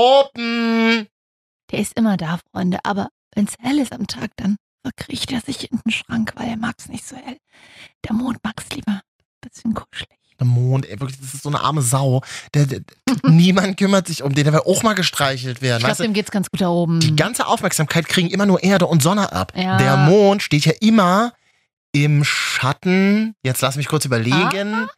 Oben! Der ist immer da, Freunde. Aber wenn es hell ist am Tag, dann verkriecht er sich in den Schrank, weil er mag es nicht so hell. Der Mond mag es lieber. Bisschen kuschelig. Der Mond, ey, wirklich, das ist so eine arme Sau. Der, der, niemand kümmert sich um den, der will auch mal gestreichelt werden. Ich glaube, weißt du? dem geht's ganz gut da oben. Die ganze Aufmerksamkeit kriegen immer nur Erde und Sonne ab. Ja. Der Mond steht ja immer im Schatten. Jetzt lass mich kurz überlegen. Ah.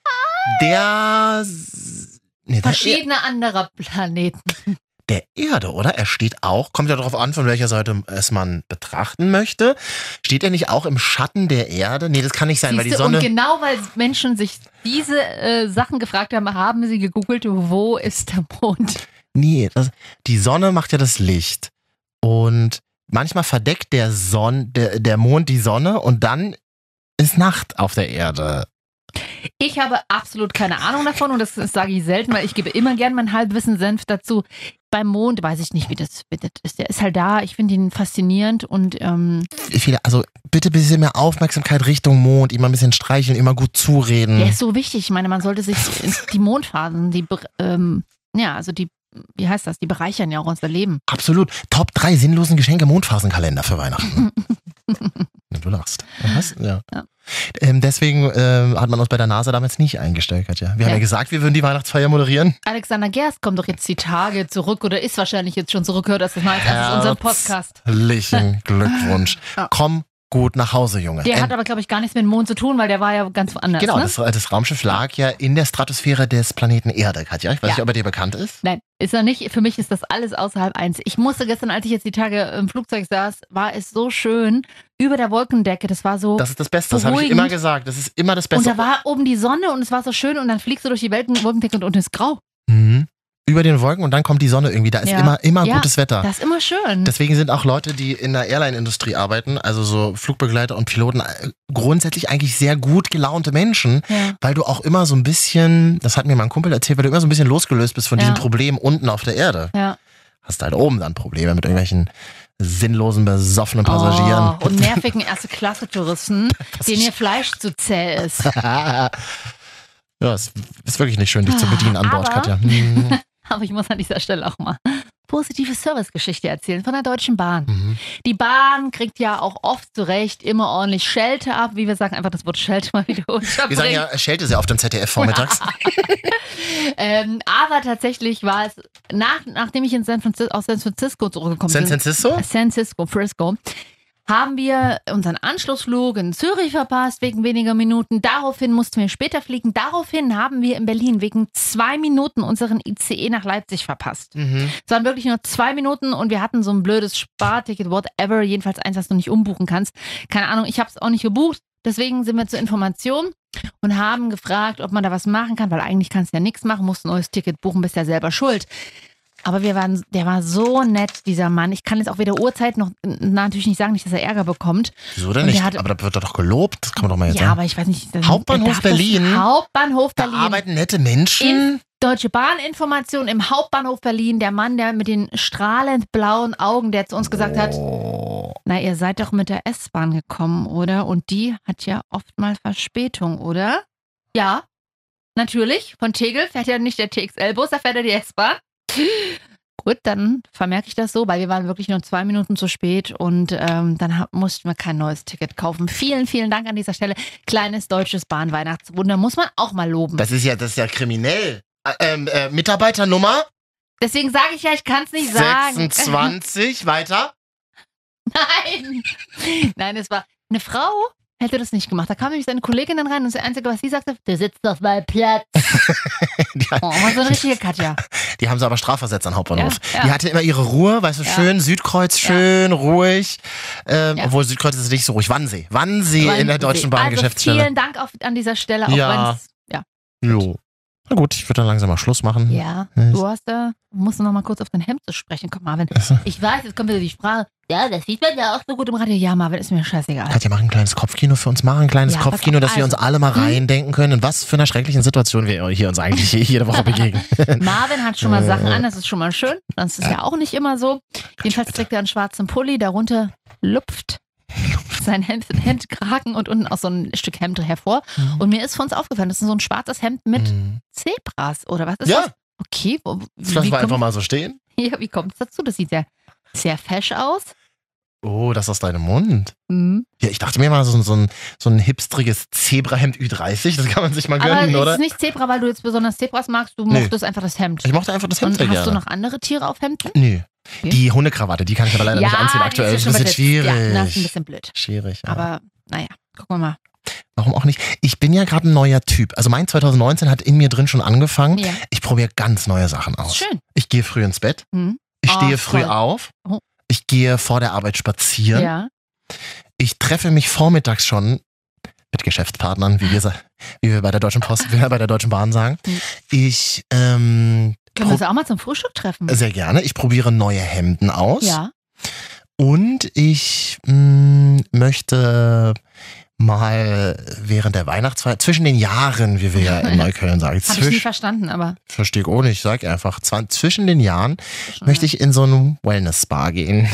Der, nee, der, Verschiedene anderer Planeten. der Erde, oder? Er steht auch, kommt ja darauf an, von welcher Seite es man betrachten möchte. Steht er nicht auch im Schatten der Erde? Nee, das kann nicht sein, weil die Siehste, Sonne... Und genau weil Menschen sich diese äh, Sachen gefragt haben, haben sie gegoogelt, wo ist der Mond? Nee, das, die Sonne macht ja das Licht. Und manchmal verdeckt der, Sonn, der, der Mond die Sonne und dann ist Nacht auf der Erde. Ich habe absolut keine Ahnung davon und das, das sage ich selten, weil ich gebe immer gern mein Halbwissen Senf dazu. Beim Mond weiß ich nicht, wie das, wie das ist. Der ist halt da, ich finde ihn faszinierend und ähm, Viele, also bitte ein bisschen mehr Aufmerksamkeit Richtung Mond, immer ein bisschen streicheln, immer gut zureden. der ist so wichtig. Ich meine, man sollte sich die Mondphasen, die, ähm, ja, also die, wie heißt das, die bereichern ja auch unser Leben. Absolut. Top drei sinnlosen Geschenke Mondphasenkalender für Weihnachten. Du lachst. Was? Ja. Ja. Ähm, deswegen ähm, hat man uns bei der NASA damals nicht eingestellt, Katja. Wir haben Ja. ja gesagt, wir würden die Weihnachtsfeier moderieren. Alexander Gerst kommt doch jetzt die Tage zurück oder ist wahrscheinlich jetzt schon zurück, hört das mal als erstes unseren Podcast. Herzlichen Glückwunsch. Ja. Komm gut nach Hause, Junge. Der Ähm, hat aber, glaube ich, gar nichts mit dem Mond zu tun, weil der war ja ganz woanders. Genau, ne? das, das Raumschiff lag ja in der Stratosphäre des Planeten Erde, Katja. Ich weiß Ja. nicht, ob er dir bekannt ist. Nein, ist er nicht. Für mich ist das alles außerhalb eins. Ich musste gestern, als ich jetzt die Tage im Flugzeug saß, war es so schön über der Wolkendecke. Das war so. Das ist das Beste, das habe ich beruhigend. immer gesagt. Das ist immer das Und Beste. da war oben die Sonne und es war so schön und dann fliegst du durch die Welken- Wolkendecke und unten ist grau. Mhm. Über den Wolken und dann kommt die Sonne irgendwie. Da ist Ja. immer, immer Ja, gutes Wetter. Das ist immer schön. Deswegen sind auch Leute, die in der Airline-Industrie arbeiten, also so Flugbegleiter und Piloten, äh, grundsätzlich eigentlich sehr gut gelaunte Menschen, Ja. weil du auch immer so ein bisschen, das hat mir mein Kumpel erzählt, weil du immer so ein bisschen losgelöst bist von Ja. diesem Problem unten auf der Erde. Ja. Hast halt oben dann Probleme mit irgendwelchen sinnlosen, besoffenen Passagieren. Oh, und nervigen Erste-Klasse-Touristen, denen ihr Fleisch zu zäh ist. Ja, es ist wirklich nicht schön, dich zu bedienen an Bord, Aber- Katja. Hm. Aber ich muss an dieser Stelle auch mal positive Servicegeschichte erzählen von der Deutschen Bahn. Mhm. Die Bahn kriegt ja auch oft zurecht immer ordentlich Schelte ab, wie wir sagen, einfach das Wort Schelte mal wieder unterbringen. Wir sagen ja, Schelte sehr oft im Z D F vormittags. ähm, aber tatsächlich war es, nach, nachdem ich in San Francisco, aus San Francisco zurückgekommen San bin, Francisco? San Francisco, Frisco, haben wir unseren Anschlussflug in Zürich verpasst wegen weniger Minuten. Daraufhin mussten wir später fliegen. Daraufhin haben wir in Berlin wegen zwei Minuten unseren I C E nach Leipzig verpasst. Mhm. Es waren wirklich nur zwei Minuten und wir hatten so ein blödes Sparticket, whatever, jedenfalls eins, was du nicht umbuchen kannst. Keine Ahnung, ich habe es auch nicht gebucht. Deswegen sind wir zur Information und haben gefragt, ob man da was machen kann, weil eigentlich kannst du ja nichts machen, musst ein neues Ticket buchen, bist ja selber schuld. Aber wir waren, der war so nett, dieser Mann. Ich kann jetzt auch weder Uhrzeit noch natürlich nicht sagen, nicht, dass er Ärger bekommt. Wieso denn Und nicht? der hat- Aber da wird er doch gelobt. Das kann man doch mal jetzt Ja, sagen. aber ich weiß nicht. das- Hauptbahnhof darf das- Berlin? Hauptbahnhof Da Berlin. arbeiten nette Menschen. In Deutsche Bahn-Information im Hauptbahnhof Berlin. Der Mann, der mit den strahlend blauen Augen, der zu uns gesagt hat, Oh. na, ihr seid doch mit der S-Bahn gekommen, oder? Und die hat ja oft mal Verspätung, oder? Ja, natürlich. Von Tegel fährt ja nicht der T X L-Bus, da fährt ja die S-Bahn. Gut, dann vermerke ich das so, weil wir waren wirklich nur zwei Minuten zu spät und ähm, dann hab, mussten wir kein neues Ticket kaufen. Vielen, vielen Dank an dieser Stelle. Kleines deutsches Bahn-Weihnachtswunder muss man auch mal loben. Das ist ja, das ist ja kriminell. Ä- Ähm, äh, Mitarbeiternummer Deswegen sage ich ja, ich kann es nicht sagen. sechsundzwanzig, weiter. Nein. Nein, es war eine Frau, hätte das nicht gemacht. Da kam nämlich seine Kollegin dann rein und das Einzige, was sie sagte, du sitzt auf meinem Platz. Die, oh, war so eine richtige Katja. Die haben sie aber strafversetzt an Hauptbahnhof. Ja, ja. Die hatte immer ihre Ruhe, weißt du, Ja. schön, Südkreuz, schön, Ja. ruhig. Ähm, Ja. Obwohl Südkreuz ist nicht so ruhig. Wannsee. Wannsee in der Deutschen Bahn also Geschäftsstelle. vielen Dank auf, an dieser Stelle, auch Ja. wenn's, ja. Jo. Na gut, ich würde dann langsam mal Schluss machen. Ja, Hm. du hast da, musst du noch mal kurz auf dein Hemd zu sprechen kommen, Marvin. Also. Ich weiß, jetzt kommt wieder die Frage, ja, das sieht man ja auch so gut im Radio. Ja, Marvin, ist mir scheißegal. Katja, mach ein kleines Kopfkino für uns. Mach ein kleines Ja, Kopfkino, pass auf, dass wir uns also. alle mal reindenken können, in was für einer schrecklichen Situation wir hier uns eigentlich jede Woche begegnen. Marvin hat schon mal Äh. Sachen an, das ist schon mal schön. Das ist ja auch nicht immer so. Jedenfalls trägt er einen schwarzen Pulli, darunter lupft sein Hemd, Hemdkragen und unten auch so ein Stück Hemd hervor. Mhm. Und mir ist von uns aufgefallen, das ist so ein schwarzes Hemd mit Mhm. Zebras oder was ist Ja. das? Okay, wo, Das lassen wie wir einfach kommt, mal so stehen. ja, wie kommt es dazu? Das sieht ja sehr fesch aus. Oh, das ist aus deinem Mund. Mhm. Ja, ich dachte mir mal, so, ein- so ein, so ein hipstriges Zebrahemd Ü dreißig, das kann man sich mal Aber gönnen, es oder? ist nicht Zebra, weil du jetzt besonders Zebras magst, du Nee. mochtest einfach das Hemd. Ich mochte einfach das Hemd Und sehr hast gerne. du noch andere Tiere auf Hemden? Nö. Okay. Die Hundekrawatte, die kann ich aber leider ja, nicht anziehen die aktuell. ist Das ja ist ein schon bisschen mal- schwierig. Ja, das ist ein bisschen blöd. Schwierig, ja. Aber naja, gucken wir mal. Warum auch nicht? Ich bin ja gerade ein neuer Typ. Also mein zwanzig neunzehn hat in mir drin schon angefangen. Ja. Ich probiere ganz neue Sachen aus. Schön. Ich gehe früh ins Bett. Hm. Ich Oh, stehe früh toll. auf. Oh. Ich gehe vor der Arbeit spazieren. Ja. Ich treffe mich vormittags schon mit Geschäftspartnern, wie wir, sa- wie wir bei der Deutschen Post, wie wir bei der Deutschen Bahn sagen. Hm. Ich ähm, Können wir uns auch mal zum Frühstück treffen? sehr gerne. Ich probiere neue Hemden aus. Ja. Und ich mh, möchte mal während der Weihnachtszeit, zwischen den Jahren, wie wir ja in Neukölln sagen, Habe ich nie zwisch, verstanden, aber verstehe ich auch nicht, ich sag einfach, zwan- zwischen den Jahren möchte ich in so einen Wellness-Spa gehen.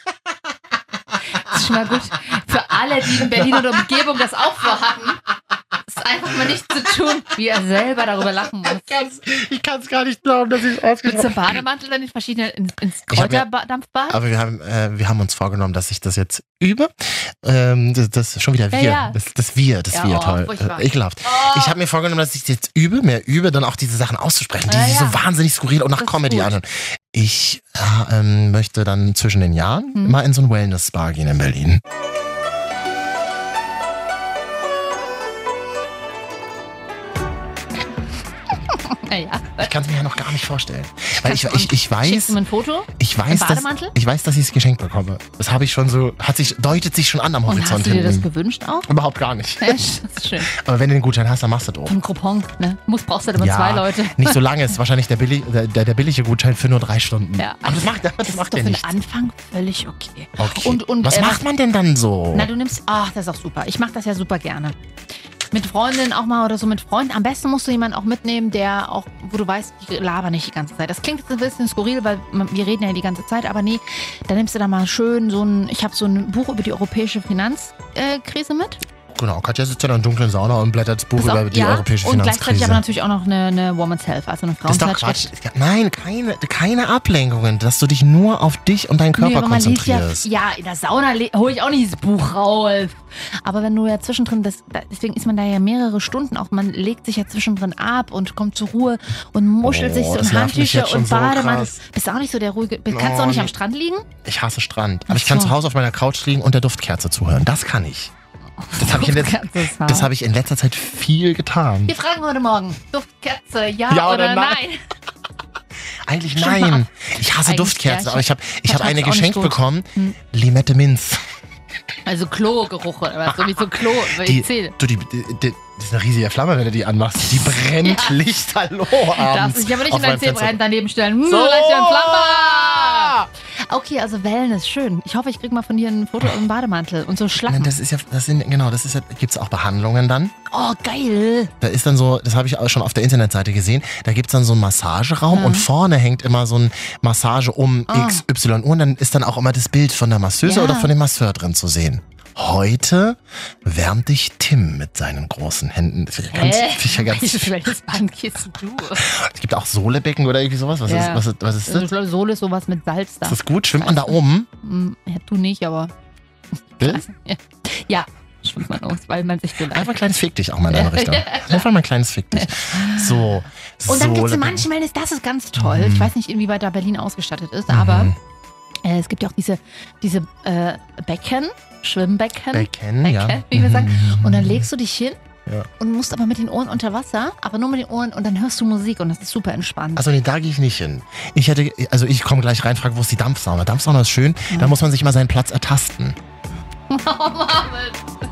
das ist schon mal gut. Für alle, die in Berlin oder Umgebung das auch vorhatten, ist einfach mal nichts zu tun, wie er selber darüber lachen muss. Ich kann es gar nicht glauben, dass ich es Mit ausgesprochen zum Bademantel dann in verschiedene, ins, ins Ich hab mir- Kräuterdampfbad? Aber wir haben, äh, wir haben uns vorgenommen, dass ich das jetzt übe. Ähm, das, das ist schon wieder wir. Ja, ja. Das, das wir, das Ja, wir, oh, toll. furchtbar. Äh, ekelhaft. Oh. Ich habe mir vorgenommen, dass ich jetzt übe, mehr übe, dann auch diese Sachen auszusprechen, die Ja, sich ja. so wahnsinnig skurril und nach Das ist Comedy gut. anhören. Ich äh, ähm, möchte dann zwischen den Jahren Hm. mal in so ein Wellness-Spa gehen in Berlin. Naja. Ich kann es mir ja noch gar nicht vorstellen. Weil ich, Kannst du- ich, ich Schickst weiß, du mir ein Foto? ich Im weiß, dass, Bademantel? ich weiß, dass ich es geschenkt bekomme. Das habe ich schon so, hat sich, deutet sich schon an am Und Horizont hast du dir das hinten. gewünscht auch? Überhaupt gar nicht. Ja, das ist schön. Aber wenn du den Gutschein hast, dann machst du das auch. Ein Coupon, ne? Muss, brauchst du halt immer Ja, zwei Leute. Nicht so lange, ist wahrscheinlich der, billig, der, der, der billige Gutschein für nur drei Stunden. Ja. Aber das macht, das Das macht ist doch ja für den nichts. Anfang völlig okay. Okay. Und, und, Was äh, macht man denn dann so? Na, du nimmst, ach, das ist auch super. Ich mache das ja super gerne. Mit Freundinnen auch mal oder so mit Freunden. Am besten musst du jemanden auch mitnehmen, der auch, wo du weißt, die labern nicht die ganze Zeit. Das klingt jetzt ein bisschen skurril, weil man- wir reden ja die ganze Zeit, aber nee, da nimmst du da mal schön so ein, ich habe so ein Buch über die europäische Finanzkrise mit. Genau, Katja sitzt ja in einer dunklen Sauna und blättert das Buch Pass auf, über die ja, europäische und gleichzeitig Finanzkrise. aber natürlich auch noch eine, eine Woman's Health, also eine Das ist doch Quatsch. Frauenzeitschrift. Nein, keine, keine Ablenkungen, dass du dich nur auf dich und deinen Körper Nee, aber man liest ja, konzentrierst. ja, in der Sauna hole ich auch nicht dieses Buch raus. Aber wenn du ja zwischendrin, das, da- deswegen ist man da ja mehrere Stunden auch, man legt sich ja zwischendrin ab und kommt zur Ruhe und muschelt Oh, sich so das in nervt mich Handtücher jetzt schon und so Bademantel. krass. Bist du auch nicht so der ruhige, kannst du Oh, auch nicht nee. am Strand liegen? Ich hasse Strand. Aber Ach ich kann so. zu Hause auf meiner Couch liegen und der Duftkerze zuhören. Das kann ich. Das habe ich, in letz- das hab ich in letzter Zeit viel getan. Wir fragen heute Morgen, Duftkerze, ja, Ja oder, oder nein? nein? Eigentlich Schon mal nein. ab. Ich hasse Eigentlich, Duftkerzen, ja, aber ich habe ich hab vertrag's eine auch nicht geschenkt gut. bekommen. Hm. Limette Minz. Also Klo-Geruch oder was, sowieso Klo, Die, Erzähl. du, die, die, die, das ist eine riesige Flamme, wenn du die anmachst. Die brennt Ja. lichterloh Darfst abends. dich aber nicht auf in dein meinem Fenster. Zebrahemd daneben stellen. Hm, So. lass dir einen Flammer! Okay, also Wellness, schön. Ich hoffe, ich krieg mal von dir ein Foto im Bademantel und so Nein, Schlacken. das ist ja, das sind, genau, das ist ja, gibt's auch Behandlungen dann. Oh, geil. Da ist dann so, das habe ich auch schon auf der Internetseite gesehen, da gibt's dann so einen Massageraum Ja. und vorne hängt immer so ein Massage um Ah. X Y U und dann ist dann auch immer das Bild von der Masseuse Ja. oder von dem Masseur drin zu sehen. Heute wärmt dich Tim mit seinen großen Händen. Das ist ja ganz, Hä? das ist ja ganz, Welches Bandkissen du? es gibt auch Sohlebecken oder irgendwie sowas. Was, Ja. ist, was, ist, was ist Also, das? ich glaube, Sohle ist sowas mit Salz da. Ist das gut? Schwimmt man da oben? Hm, Ja, du nicht, aber Bill? ja, ja schwimmt man aus, weil man sich so Einfach ein kleines Fick dich auch mal in deine Richtung. Einfach mal ein kleines Fick dich. So. Und dann gibt es in Sohlebecken. manchen Wellness, das ist ganz toll. Mhm. Ich weiß nicht, inwieweit da Berlin ausgestattet ist, aber Äh, es gibt ja auch diese, diese äh, Becken, Schwimmbecken. Becken, Becken ja. wie wir sagen. Und dann legst du dich hin Ja. und musst aber mit den Ohren unter Wasser, aber nur mit den Ohren und dann hörst du Musik und das ist super entspannt. Also nee, da gehe ich nicht hin. Ich hätte, also ich komme gleich rein, frage, wo ist die Dampfsauna? Dampfsauna ist schön, ja. Da muss man sich mal seinen Platz ertasten. Oh, Marvin.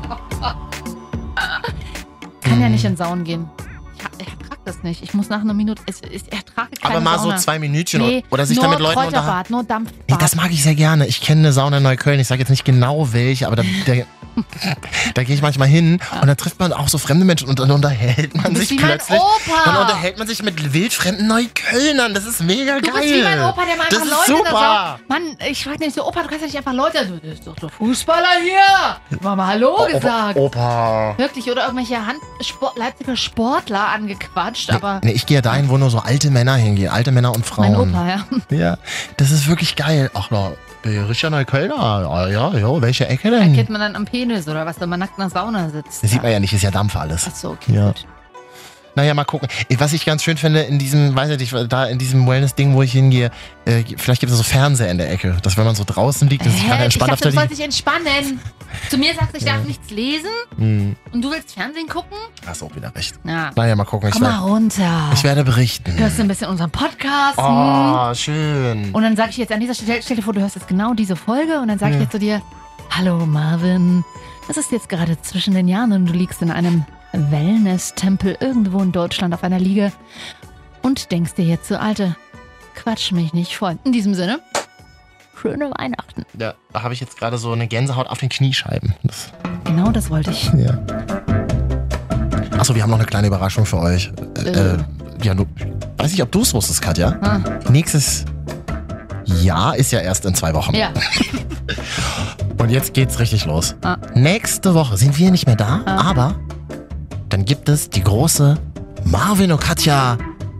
Ich kann ja nicht in Saunen gehen. Ich, ich ertrage das nicht. Ich muss nach einer Minute, ich, ich ertrage keine Aber mal Sauna. so zwei Minütchen Nee, oder sich nur da mit Leuten unterhalten. Kräuterbad, nur Dampfbad. Nee, das mag ich sehr gerne. Ich kenne eine Sauna in Neukölln. Ich sage jetzt nicht genau welche, aber da, der, da gehe ich manchmal hin ja. und da trifft man auch so fremde Menschen und dann unterhält man sich wie plötzlich. Mein Opa. Dann unterhält man sich mit wildfremden Neuköllnern. Das ist mega du geil. Du bist wie mein Opa, der mal das einfach ist Leute super. Da so, Mann, ich frage nicht so, Opa, du kannst ja nicht einfach Leute, du bist doch der Fußballer hier. Mal mal Hallo oh, gesagt. Opa. Wirklich, oder irgendwelche Hand Sport, Leipziger Sportler angequatscht, nee, aber... Nee, ich gehe ja dahin, wo nur so alte Männer hingehen. Alte Männer und Frauen. Mein Opa, ja. Ja, das ist wirklich geil. Ach, na, Richard Neuköllner. Ja, ja, ja, welche Ecke denn? Erkennt man dann am Penis oder was, wenn man nackt in der Sauna sitzt. Das sieht man ja nicht, ist ja Dampf alles. Ach so, okay, ja. gut. Naja, mal gucken. Was ich ganz schön finde, in diesem, weiß ich nicht, da in diesem Wellness-Ding, wo ich hingehe, äh, vielleicht gibt es so Fernseher in der Ecke, dass wenn man so draußen liegt, dass ich gerade entspannt auf der Ich dachte, du sollst dich entspannen. Zu mir sagst du, ich darf ja. nichts lesen hm. und du willst Fernsehen gucken? Hast auch wieder recht. Ja. Naja, mal gucken. Komm ich mal runter. Ich werde berichten. Hörst du ein bisschen unseren Podcast? Oh, schön. Und dann sage ich jetzt an dieser Stelle, stell dir vor, du hörst jetzt genau diese Folge und dann sage ja. ich jetzt zu dir, hallo Marvin, es ist jetzt gerade zwischen den Jahren und du liegst in einem Wellness-Tempel irgendwo in Deutschland auf einer Liege und denkst dir jetzt so, Alte, quatsch mich nicht voll. In diesem Sinne, schöne Weihnachten. Ja, da habe ich jetzt gerade so eine Gänsehaut auf den Kniescheiben. Das genau das wollte ich. Ja. Achso, wir haben noch eine kleine Überraschung für euch. Äh, äh. Ja, du, weiß nicht, ob du es wusstest, Katja. Ah. Nächstes Jahr ist ja erst in zwei Wochen. Ja. Und jetzt geht's richtig los. Ah. Nächste Woche sind wir nicht mehr da, ah. aber dann gibt es die große Marvin und Katja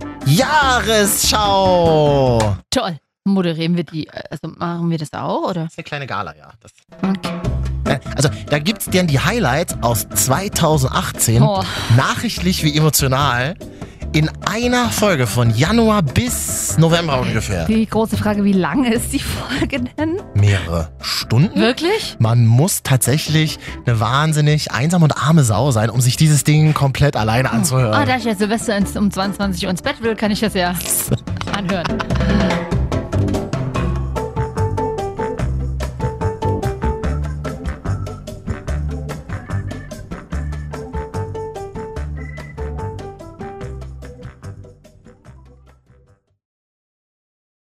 Jahresschau. Toll. Moderieren wir die, also machen wir das auch, oder? Das ist eine kleine Gala, ja. Das okay. Also da gibt's dann die Highlights aus zweitausendachtzehn, oh. nachrichtlich wie emotional, in einer Folge von Januar bis November ungefähr. Die große Frage, wie lange ist die Folge denn? Mehrere Stunden. Wirklich? Man muss tatsächlich eine wahnsinnig einsame und arme Sau sein, um sich dieses Ding komplett alleine anzuhören. Ah, da ich ja Silvester um zweiundzwanzig Uhr ins Bett will, kann ich das ja anhören.